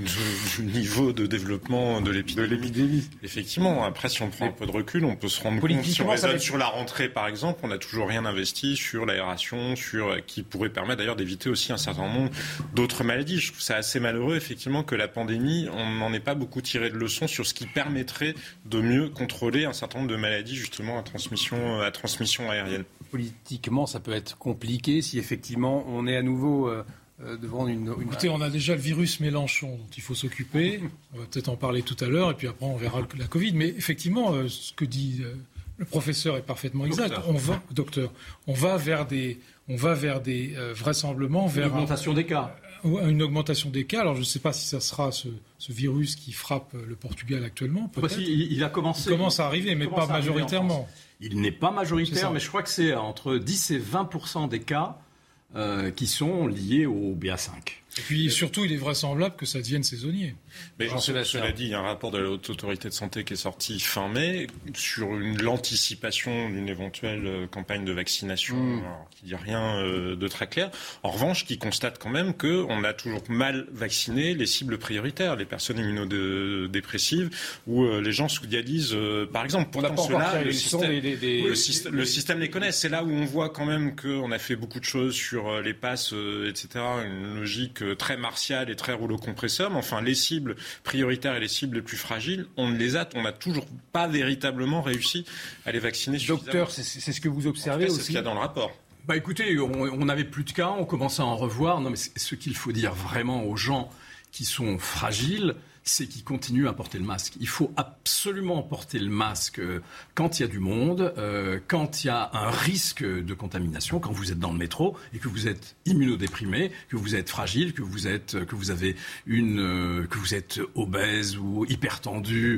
du niveau de développement de l'épidémie. de l'épidémie. Effectivement, après, si on prend un peu de recul, on peut se rendre compte, si on raisonne sur la rentrée, par exemple, on n'a toujours rien investi sur l'aération, sur, qui pourrait permettre d'ailleurs d'éviter aussi un certain nombre d'autres maladies. Je trouve ça assez malheureux, effectivement, que la pandémie, on n'en ait pas beaucoup tiré de leçons sur ce qui permettrait de mieux contrôler un certain nombre de maladies, justement, à transmission, à transmission aérienne. Politiquement, ça peut être compliqué si, effectivement, on est à nouveau... Euh devant une, une... Écoutez, on a déjà le virus Mélenchon dont il faut s'occuper. On va peut-être en parler tout à l'heure et puis après on verra la Covid. Mais effectivement, euh, ce que dit euh, le professeur est parfaitement exact. Docteur. On va, docteur, on va vers des, on va vers des euh, vraisemblements vers une augmentation un, des cas. Euh, une augmentation des cas. Alors je ne sais pas si ça sera ce, ce virus qui frappe le Portugal actuellement. Peut-être. Il, il a commencé. Il commence à arriver, mais pas majoritairement. Il n'est pas majoritaire, mais je crois que c'est entre dix et vingt pour cent des cas. Euh, qui sont liés au B A cinq. Et puis surtout, il est vraisemblable que ça devienne saisonnier. Mais cela, cela dit, il y a un rapport de la Haute Autorité de Santé qui est sorti fin mai sur une, l'anticipation d'une éventuelle campagne de vaccination, mmh. alors, qui dit rien euh, de très clair. En revanche, qui constate quand même qu'on a toujours mal vacciné les cibles prioritaires, les personnes immunodépressives ou euh, les gens sous dialyse, euh, par exemple. Pourtant, ceux-là, le, système, des, des, des, le, système, le système les connaît. C'est là où on voit quand même qu'on a fait beaucoup de choses sur euh, les passes, euh, et cetera. Une logique euh, très martiale et très rouleau compresseur. Mais enfin, les cibles prioritaires et les cibles les plus fragiles, on ne les a, on n'a toujours pas véritablement réussi à les vacciner suffisamment. Docteur, c'est, c'est ce que vous observez aussi. C'est ce qu'il y a dans le rapport. Bah écoutez, on n'avait plus de cas, on commençait à en revoir. Non, mais ce qu'il faut dire vraiment aux gens qui sont fragiles, c'est qu'ils continuent à porter le masque. Il faut absolument porter le masque quand il y a du monde, euh, quand il y a un risque de contamination, quand vous êtes dans le métro et que vous êtes immunodéprimé, que vous êtes fragile, que vous êtes, que vous avez une, euh, que vous êtes obèse ou hypertendu.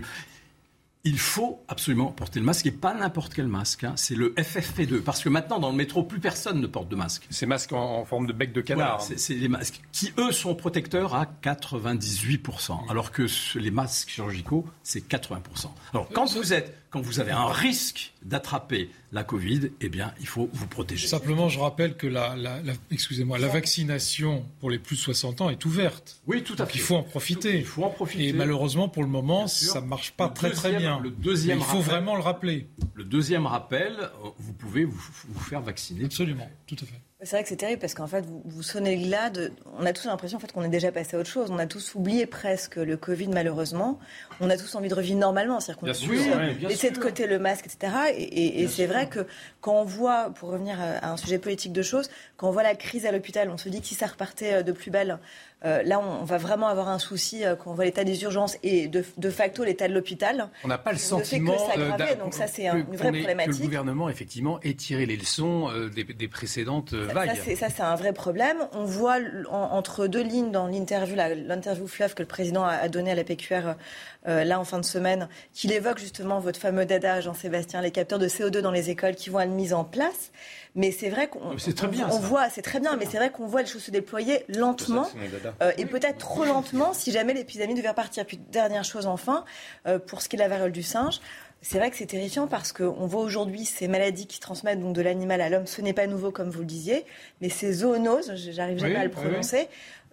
Il faut absolument porter le masque et pas n'importe quel masque. Hein. C'est le F F P deux. Parce que maintenant, dans le métro, plus personne ne porte de masque. Ces masques en, en forme de bec de canard. Voilà, c'est, c'est les masques qui, eux, sont protecteurs à quatre-vingt-dix-huit pour cent. Alors que les masques chirurgicaux, c'est quatre-vingts pour cent. Alors, quand vous êtes, quand vous avez un risque d'attraper la Covid, eh bien, il faut vous protéger. Simplement, je rappelle que la, la, la, excusez-moi, la vaccination pour les plus de soixante ans est ouverte. Oui, tout à Donc, fait. Il faut en profiter. Il faut en profiter. Et malheureusement, pour le moment, ça ne marche pas le très très bien. Le deuxième Mais il faut rappel, vraiment le rappeler. Le deuxième rappel, vous pouvez vous, vous faire vacciner. Absolument, tout à fait. C'est vrai que c'est terrible parce qu'en fait, vous, vous sonnez le glas de... On a tous l'impression en fait, qu'on est déjà passé à autre chose. On a tous oublié presque le Covid, malheureusement. On a tous envie de revivre normalement. C'est-à-dire qu'on bien a sûr, tous ouais, bien laissé sûr. de côté le masque, et cetera. Et, et, et c'est sûr. Vrai que quand on voit, pour revenir à un sujet politique de choses, quand on voit la crise à l'hôpital, on se dit que si ça repartait de plus belle, euh, là, on, on va vraiment avoir un souci euh, quand on voit l'état des urgences et de, de facto l'état de l'hôpital. On n'a pas le sentiment ne fait que s'aggraver, donc ça, c'est un, une vraie est, problématique. Que le gouvernement, effectivement, ait tiré les leçons euh, des, des précédentes euh, vagues. Ça, c'est, ça, c'est un vrai problème. On voit en, entre deux lignes dans l'interview, la, l'interview fleuve que le président a, a donnée à la P Q R euh, là en fin de semaine, qu'il évoque justement votre fameux dada, Jean-Sébastien, les capteurs de C O deux dans les écoles qui vont être mis en place. Mais c'est vrai qu'on c'est très bien, on, on voit, c'est très bien, mais c'est vrai qu'on voit les choses se déployer lentement euh, et peut-être trop lentement si jamais l'épidémie devait repartir. Puis dernière chose enfin, euh, pour ce qui est de la variole du singe. C'est vrai que c'est terrifiant parce qu'on voit aujourd'hui ces maladies qui se transmettent donc de l'animal à l'homme. Ce n'est pas nouveau comme vous le disiez, mais ces zoonoses, j'arrive jamais oui, à le prononcer, oui.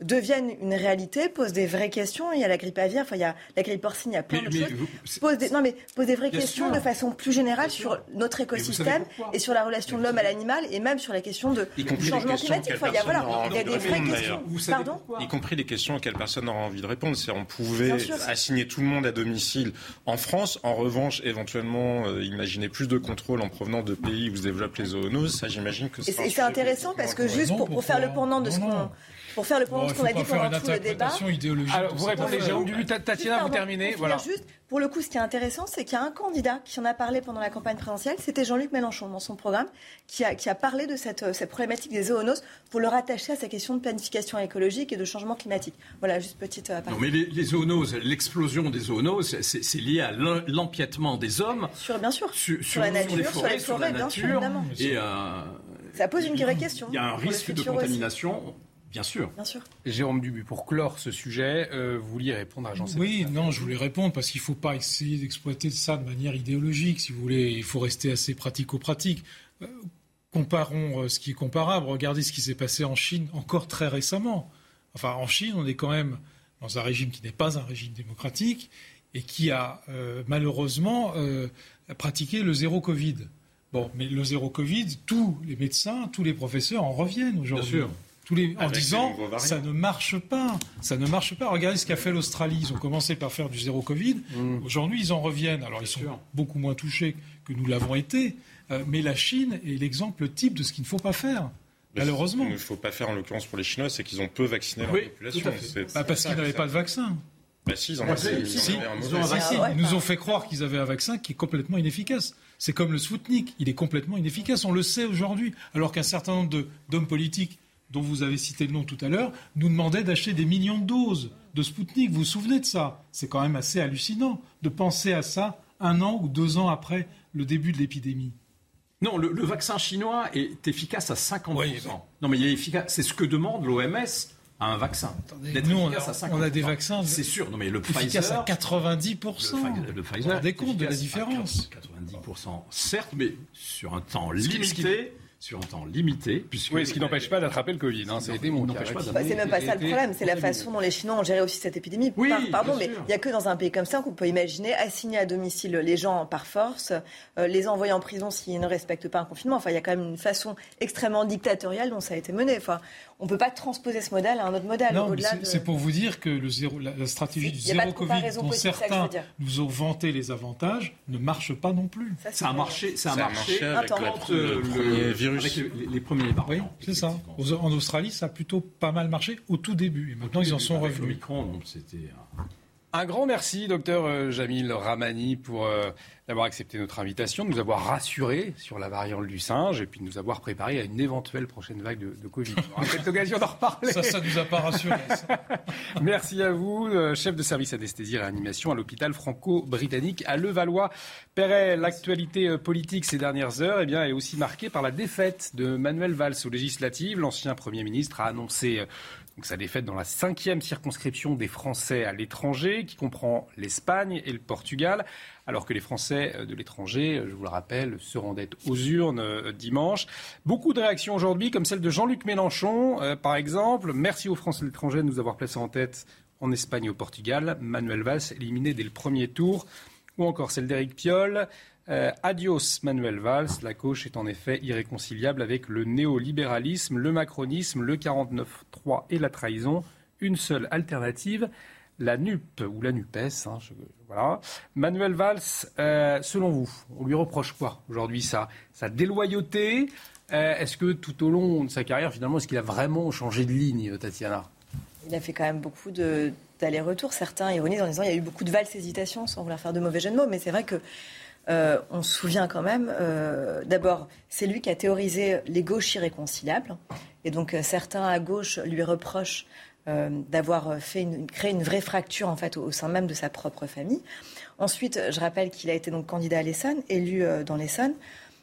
deviennent une réalité, posent des vraies questions. Il y a la grippe aviaire, enfin il y a la grippe porcine, il y a plein mais, de mais choses. Vous, pose des, non mais pose des vraies questions sûr. de façon plus générale sur notre écosystème et sur la relation de l'homme à l'animal et même sur la question de, du changement climatique. Enfin, il y a, voilà, il y a des vraies questions. Pardon ? Y compris des questions auxquelles personne n'aura envie de répondre. C'est on pouvait assigner tout le monde à domicile en France. En revanche, éventuellement, euh, imaginer plus de contrôles en provenance de pays où se développent les zoonoses. Ça, j'imagine que c'est. Et c'est intéressant parce que juste pour, pour faire le pendant de ce qu'on. Pour faire le pendant de ce qu'on a dit pendant tout le débat. Alors, vous répondez, Jérôme Dubu, Tatiana, vous terminez. Voilà. Juste, pour le coup, ce qui est intéressant, c'est qu'il y a un candidat qui en a parlé pendant la campagne présidentielle, c'était Jean-Luc Mélenchon dans son programme, qui a, qui a parlé de cette, cette problématique des zoonoses pour le rattacher à sa question de planification écologique et de changement climatique. Voilà, juste petite aparté. Non, mais les, les zoonoses, l'explosion des zoonoses, c'est, c'est lié à l'empiètement des hommes. Sur, bien sûr. Sur, sur, sur la nature, les forêts, sur les forêts, sur la bien nature. sûr, évidemment. Et, euh, ça pose une vraie question. Il y a un risque de contamination. Aussi. Bien sûr. Bien sûr. Jérôme Dubu, pour clore ce sujet, euh, vous vouliez répondre à Jean-Sébastien. Oui, non, je voulais répondre parce qu'il ne faut pas essayer d'exploiter ça de manière idéologique. Si vous voulez, il faut rester assez pratico-pratique. Euh, comparons euh, ce qui est comparable. Regardez ce qui s'est passé en Chine encore très récemment. Enfin, en Chine, on est quand même dans un régime qui n'est pas un régime démocratique et qui a euh, malheureusement euh, pratiqué le zéro Covid. Bon, mais le zéro Covid, tous les médecins, tous les professeurs en reviennent aujourd'hui. Bien sûr. Tous les, en disant ça ne marche pas, ça ne marche pas. Regardez ce qu'a fait l'Australie. Ils ont commencé par faire du zéro Covid. Mmh. Aujourd'hui, ils en reviennent. Alors, ils sont sûr. beaucoup moins touchés que nous l'avons été. Euh, mais la Chine est l'exemple type de ce qu'il ne faut pas faire. Mais malheureusement. Ce qu'il ne faut pas faire, en l'occurrence pour les Chinois, c'est qu'ils ont peu vacciné oui, leur population. C'est bah, parce qu'ils n'avaient pas de vaccin. Bah si, ils en, ah, avaient, ils si, en avaient un ils, ont un vaccin. Ah, ouais. Ils nous ont fait croire qu'ils avaient un vaccin qui est complètement inefficace. C'est comme le Sputnik. Il est complètement inefficace. On le sait aujourd'hui. Alors qu'un certain nombre de, d'hommes politiques dont vous avez cité le nom tout à l'heure, nous demandait d'acheter des millions de doses de Sputnik. Vous vous souvenez de ça ? C'est quand même assez hallucinant de penser à ça un an ou deux ans après le début de l'épidémie. Non, le, le vaccin chinois est efficace à cinquante pour cent. Oui, non, mais il est efficace. C'est ce que demande l'O M S à un vaccin. Attendez, nous, on a, on a des vaccins. C'est sûr. Non, mais le efficace Pfizer, à quatre-vingt-dix pour cent. Le, le Pfizer, on des comptes de la différence. quatre-vingt-dix pour cent, certes, mais sur un temps limité. Sur un temps limité. Puisque oui, ce qui n'empêche pas d'attraper le Covid. Hein, ça a été mon cas. Bah, c'est même pas ça le problème, c'est la façon dont les Chinois ont géré aussi cette épidémie. Oui, par, pardon, mais il n'y a que dans un pays comme ça qu'on peut imaginer assigner à domicile les gens par force, euh, les envoyer en prison s'ils ne respectent pas un confinement. Enfin, il y a quand même une façon extrêmement dictatoriale dont ça a été mené. Enfin, on ne peut pas transposer ce modèle à un autre modèle. Non, au-delà c'est, de... c'est pour vous dire que le zéro, la, la stratégie du zéro Covid, dont certains nous ont vanté les avantages, ne marche pas non plus. Ça, ça a marché, ça a ça marché, a marché avec le, le, le premier virus. Avec les, les premiers Oui, c'est ça. En Australie, ça a plutôt pas mal marché au tout début. Et maintenant, ils en sont revenus. Omicron, donc c'était... Un grand merci, docteur Jamil Ramani, pour euh, d'avoir accepté notre invitation, de nous avoir rassurés sur la variante du singe et puis de nous avoir préparé à une éventuelle prochaine vague de, de Covid. On aura cette occasion d'en reparler. Ça, ça nous a pas rassurés. Ça. Merci à vous, euh, chef de service anesthésie et réanimation à l'hôpital franco-britannique à Levallois-Perret. L'actualité euh, politique ces dernières heures eh bien, est aussi marquée par la défaite de Manuel Valls aux législatives. L'ancien Premier ministre a annoncé... Euh, Donc sa défaite dans la cinquième circonscription des Français à l'étranger, qui comprend l'Espagne et le Portugal, alors que les Français de l'étranger, je vous le rappelle, se rendaient aux urnes dimanche. Beaucoup de réactions aujourd'hui, comme celle de Jean-Luc Mélenchon, euh, par exemple. Merci aux Français de l'étranger de nous avoir placés en tête en Espagne et au Portugal. Manuel Valls éliminé dès le premier tour. Ou encore celle d'Éric Piolle. Euh, adios Manuel Valls, la gauche est en effet irréconciliable avec le néolibéralisme, le macronisme, le quarante-neuf trois et la trahison. Une seule alternative, la N U P ou la NUPES. Hein, je, voilà. Manuel Valls, euh, selon vous, on lui reproche quoi aujourd'hui, sa, sa déloyauté euh, Est-ce que tout au long de sa carrière, finalement, est-ce qu'il a vraiment changé de ligne, Tatiana ? Il a fait quand même beaucoup de, d'allers-retours. Certains ironisent en disant qu'il y a eu beaucoup de valses hésitations, sans vouloir faire de mauvais jeux de mots, mais c'est vrai que Euh, on se souvient quand même, euh, d'abord, c'est lui qui a théorisé les gauches irréconciliables. Et donc, euh, certains à gauche lui reprochent euh, d'avoir fait une, créé une vraie fracture en fait, au, au sein même de sa propre famille. Ensuite, je rappelle qu'il a été donc candidat à l'Essonne, élu euh, dans l'Essonne,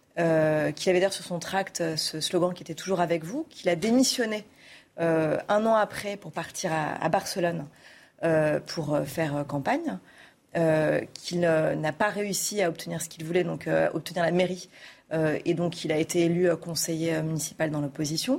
euh, qu'il avait d'ailleurs sur son tract euh, ce slogan qui était toujours avec vous, qu'il a démissionné euh, un an après pour partir à, à Barcelone euh, pour euh, faire euh, campagne. Euh, qu'il euh, n'a pas réussi à obtenir ce qu'il voulait, donc euh, obtenir la mairie. Euh, et donc, il a été élu euh, conseiller municipal dans l'opposition.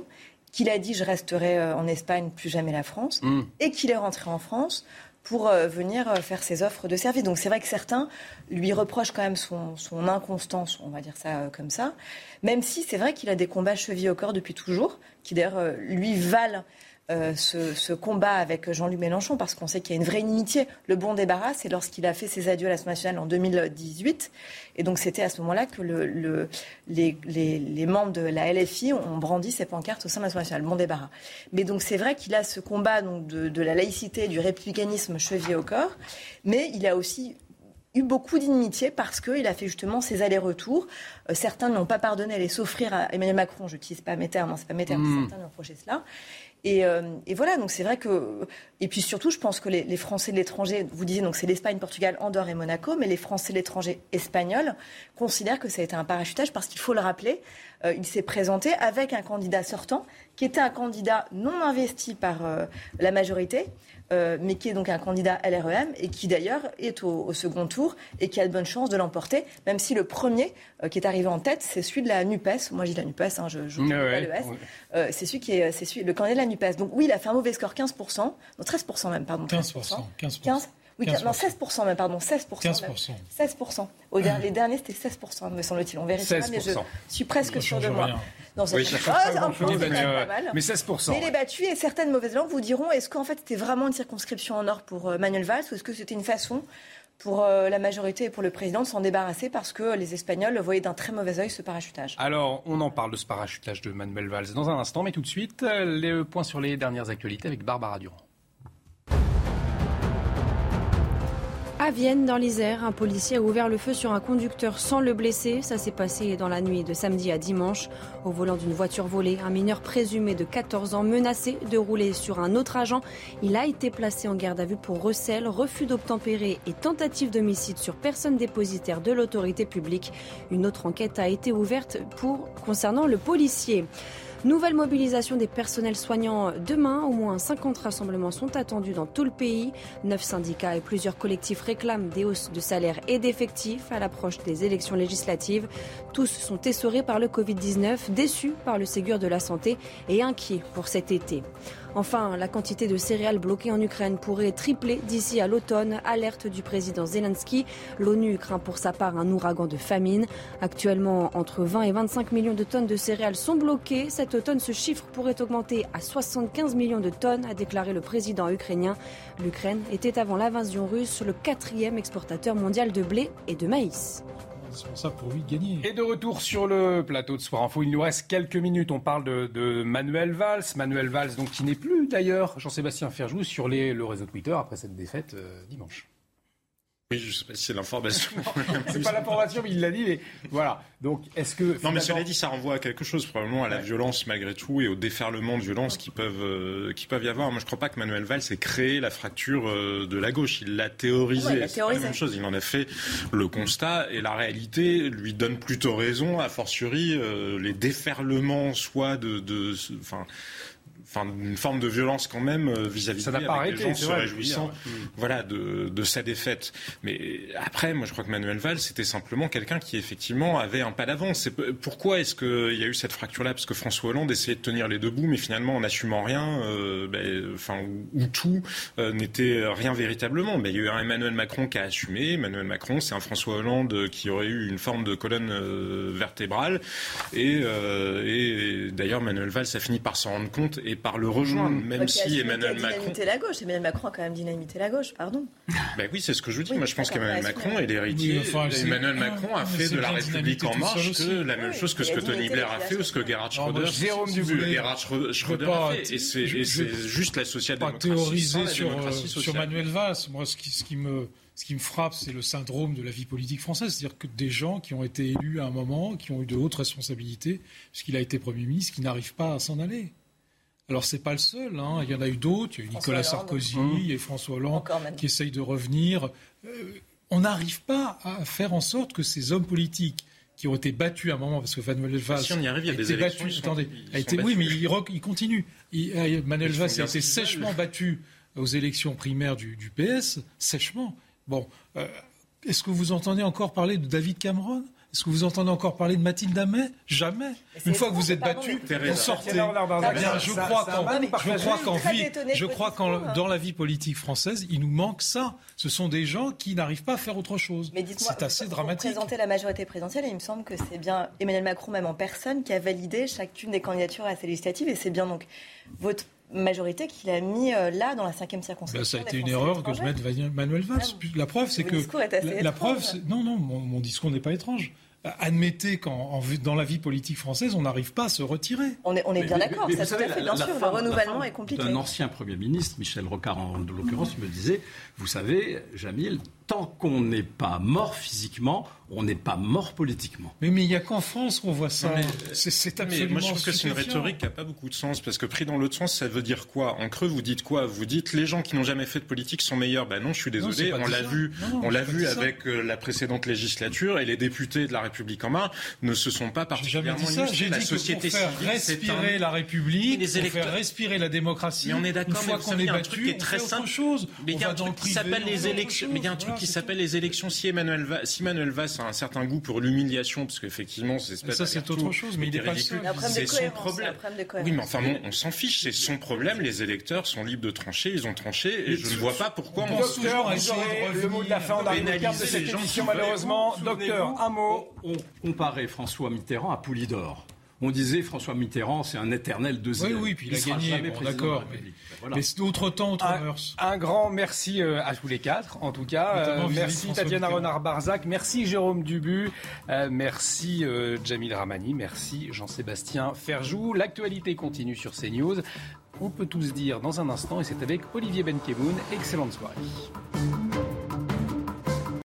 qu'il a dit « je resterai en Espagne, plus jamais la France mmh. » et qu'il est rentré en France pour euh, venir euh, faire ses offres de service. Donc c'est vrai que certains lui reprochent quand même son, son inconstance, on va dire ça euh, comme ça, même si c'est vrai qu'il a des combats chevillés au corps depuis toujours, qui d'ailleurs euh, lui valent euh, ce, ce combat avec Jean-Luc Mélenchon, parce qu'on sait qu'il y a une vraie inimitié. Le bon débarras, c'est lorsqu'il a fait ses adieux à l'Assemblée nationale en deux mille dix-huit, et donc c'était à ce moment-là que le, le, les, les, les membres de la L F I ont brandi ces pancartes au sein de l'Assemblée nationale, bon débarras. Mais donc c'est vrai qu'il a ce combat donc, de, de la laïcité, du républicanisme chevillé au corps, mais il a aussi eu beaucoup d'inimitié parce qu'il a fait justement ses allers-retours. Euh, certains ne l'ont pas pardonné, aller s'offrir à Emmanuel Macron, je n'utilise pas mes termes, hein, c'est pas mes termes, mmh. certains lui ont reproché cela. Et, euh, et voilà, donc c'est vrai que... Et puis surtout, je pense que les, les Français de l'étranger, vous disiez, donc c'est l'Espagne, Portugal, Andorre et Monaco, mais les Français de l'étranger espagnols considèrent que ça a été un parachutage parce qu'il faut le rappeler, euh, il s'est présenté avec un candidat sortant qui était un candidat non investi par euh, la majorité, euh, mais qui est donc un candidat L R E M et qui d'ailleurs est au, au second tour et qui a de bonnes chances de l'emporter, même si le premier euh, qui est arrivé en tête, c'est celui de la NUPES. Moi, je dis la NUPES, hein, je ne connais ouais, pas le S. Ouais. Euh, c'est celui qui est c'est celui, le candidat de la NUPES. Donc oui, il a fait un mauvais score, quinze pour cent, non, treize pour cent même, pardon. quinze pour cent. quinze pour cent. quinze Oui, quinze pour cent. Non, seize pour cent même, pardon, seize pour cent. quinze pour cent. seize pour cent. Au dernier, les derniers, c'était seize pour cent, me semble-t-il. On vérifiera, mais je suis presque sûre de moi. Rien. Non, ça oui, change ça pas, pas grand-chose, mais, euh, pas mal. mais seize pour cent. Mais il est battu et certaines mauvaises langues vous diront, est-ce qu'en fait c'était vraiment une circonscription en or pour euh, Manuel Valls ou est-ce que c'était une façon pour euh, la majorité et pour le président de s'en débarrasser parce que les Espagnols voyaient d'un très mauvais œil ce parachutage. Alors, on en parle de ce parachutage de Manuel Valls dans un instant, mais tout de suite, les points sur les dernières actualités avec Barbara Durand. À Vienne, dans l'Isère, un policier a ouvert le feu sur un conducteur sans le blesser. Ça s'est passé dans la nuit de samedi à dimanche. Au volant d'une voiture volée, un mineur présumé de quatorze ans menacé de rouler sur un autre agent. Il a été placé en garde à vue pour recel, refus d'obtempérer et tentative d'homicide sur personne dépositaire de l'autorité publique. Une autre enquête a été ouverte pour concernant le policier. Nouvelle mobilisation des personnels soignants demain. Au moins cinquante rassemblements sont attendus dans tout le pays. Neuf syndicats et plusieurs collectifs réclament des hausses de salaire et d'effectifs à l'approche des élections législatives. Tous sont essorés par le covid dix-neuf, déçus par le Ségur de la santé et inquiets pour cet été. Enfin, la quantité de céréales bloquées en Ukraine pourrait tripler d'ici à l'automne. Alerte du président Zelensky. L'ONU craint pour sa part un ouragan de famine. Actuellement, entre vingt et vingt-cinq millions de tonnes de céréales sont bloquées. Cet automne, ce chiffre pourrait augmenter à soixante-quinze millions de tonnes, a déclaré le président ukrainien. L'Ukraine était avant l'invasion russe le quatrième exportateur mondial de blé et de maïs. Ça pour lui gagner. Et de retour sur le plateau de Soir Info, il nous reste quelques minutes. On parle de, de Manuel Valls. Manuel Valls, donc, qui n'est plus d'ailleurs, Jean-Sébastien Ferjou, sur les, le réseau Twitter après cette défaite euh, dimanche. Oui, je ne sais pas si c'est l'information. C'est pas l'information, mais il l'a dit. Mais voilà. Donc, est-ce que non, mais cela dit, ça renvoie à quelque chose, probablement à la ouais. violence malgré tout et au déferlement de violence qui peuvent euh, qui peuvent y avoir. Moi, je ne crois pas que Manuel Valls ait créé la fracture euh, de la gauche. Il l'a théorisé. Ouais, il a c'est théorisé. pas la même chose. Il en a fait le constat et la réalité lui donne plutôt raison. A fortiori, euh, les déferlements, soit de, de, enfin. Enfin, une forme de violence quand même euh, vis-à-vis ça de lui, n'a pas avec arrêté, les gens se vrai, réjouissant mmh. voilà, de, de sa défaite. Mais après, moi je crois que Manuel Valls c'était simplement quelqu'un qui effectivement avait un pas d'avance. C'est, pourquoi est-ce qu'il y a eu cette fracture-là ? Parce que François Hollande essayait de tenir les deux bouts, mais finalement en n'assumant rien, euh, ben, enfin, où, où tout euh, n'était rien véritablement. Ben, il y a eu un Emmanuel Macron qui a assumé. Emmanuel Macron, c'est un François Hollande qui aurait eu une forme de colonne euh, vertébrale. Et, euh, et d'ailleurs, Manuel Valls a fini par s'en rendre compte et par le rejoindre, mmh. même si Emmanuel Macron... dynamité la gauche. Emmanuel Macron a quand même dynamité la gauche, pardon. Ben oui, c'est ce que je vous dis. Oui, Moi, je pense qu'Emmanuel Macron est l'héritier. Oui, enfin, Emmanuel Macron a fait de la République en marche que la même oui, chose que ce que Tony Blair a fait ou ce que Gerhard Schröder, Jérôme Duboulay, Gerhard Schröder a fait. Et c'est, et c'est juste la social-démocratie. Pas théoriser sur, sur Manuel Valls. Moi, ce qui, ce qui me... Ce qui me frappe, c'est le syndrome de la vie politique française. C'est-à-dire que des gens qui ont été élus à un moment, qui ont eu de hautes responsabilités, puisqu'il a été Premier ministre, qui n'arrivent pas à s'en aller. Alors, c'est pas le seul. Hein. Il y en a eu d'autres. Il y a eu Nicolas Hollande. Sarkozy, mmh. il y a François Hollande qui essayent de revenir. Euh, on n'arrive pas à faire en sorte que ces hommes politiques qui ont été battus à un moment, parce que Manuel Valls si on y arrive, il y a des élections. Battu, sont, attendez, ils a été, oui, mais il, il continue. Il, Manuel Valls a été sèchement battu aux élections primaires du, du P S, sèchement. Bon, euh, est-ce que vous entendez encore parler de David Cameron ? Est-ce que vous entendez encore parler de Mathilde Amet ? Jamais. Une fois que vous êtes battu, vous sortez. Bien, je crois qu'en je crois qu'en dans la vie politique française, il nous manque ça. Ce sont des gens qui n'arrivent pas à faire autre chose. Mais dites-moi, c'est assez dramatique. Vous présentez la majorité présidentielle et il me semble que c'est bien Emmanuel Macron, même en personne, qui a validé chacune des candidatures à ces législatives. Et c'est bien donc votre majorité qu'il a mis euh, là dans la cinquième circonscription. Ben, ça a été une erreur que je mette Manuel Valls. La preuve, c'est que la, la preuve, c'est, non, non, mon, mon discours n'est pas étrange. Admettez qu'en dans la vie politique française, on n'arrive pas à se retirer. On est, on est bien mais, d'accord, mais, mais ça tout à fait, bien sûr, le renouvellement est compliqué. Un ancien Premier ministre, Michel Rocard en de l'occurrence, me disait, vous savez, Jamil, tant qu'on n'est pas mort physiquement, on n'est pas mort politiquement. Mais mais il n'y a qu'en France qu'on voit ça. Mais, c'est, c'est absolument mais moi je trouve que c'est une rhétorique qui n'a pas beaucoup de sens, parce que pris dans l'autre sens, ça veut dire quoi ? En creux, vous dites quoi ? Vous dites les gens qui n'ont jamais fait de politique sont meilleurs. Ben non, je suis désolé, non, on l'a vu, non, non, on l'a vu avec euh, la précédente législature, et les députés de La République En Marche ne se sont pas particulièrement illustrés. J'ai dit la société que pour faire civile, respirer un... la République, les électeurs... pour faire respirer la démocratie. Mais on est d'accord, une fois mais qu'on est battu, est très simple. Chose. Mais il y a un truc qui s'appelle les élections. Mais il y a un truc qui s'appelle les élections. Si Emmanuel Valls, si Emmanuel Valls a un certain goût pour l'humiliation, parce qu'effectivement, c'est ça, c'est autre chose, mais il n'est pas ridicule. C'est son problème. Oui, mais enfin, bon, on s'en fiche, c'est son problème. Les électeurs sont libres de trancher, ils ont tranché, et je ne vois pas pourquoi on se Docteur, vous aurez le mot de la fin, on arrive au terme de cette émission, malheureusement. Docteur, un mot. On comparait François Mitterrand à Poulidor. On disait François Mitterrand, c'est un éternel deuxième. Oui, oui, puis il, il a gagné, bon, d'accord. Mais, voilà. Mais c'est autre temps, autre mœurs. Un grand merci euh, à tous les quatre, en tout cas. Euh, merci Tatiana Renard-Barzac, merci Jérôme Dubu, euh, merci euh, Jamil Ramani, merci Jean-Sébastien Ferjou. L'actualité continue sur CNews. On peut tous dire dans un instant, et c'est avec Olivier Benkemoun. Excellente soirée.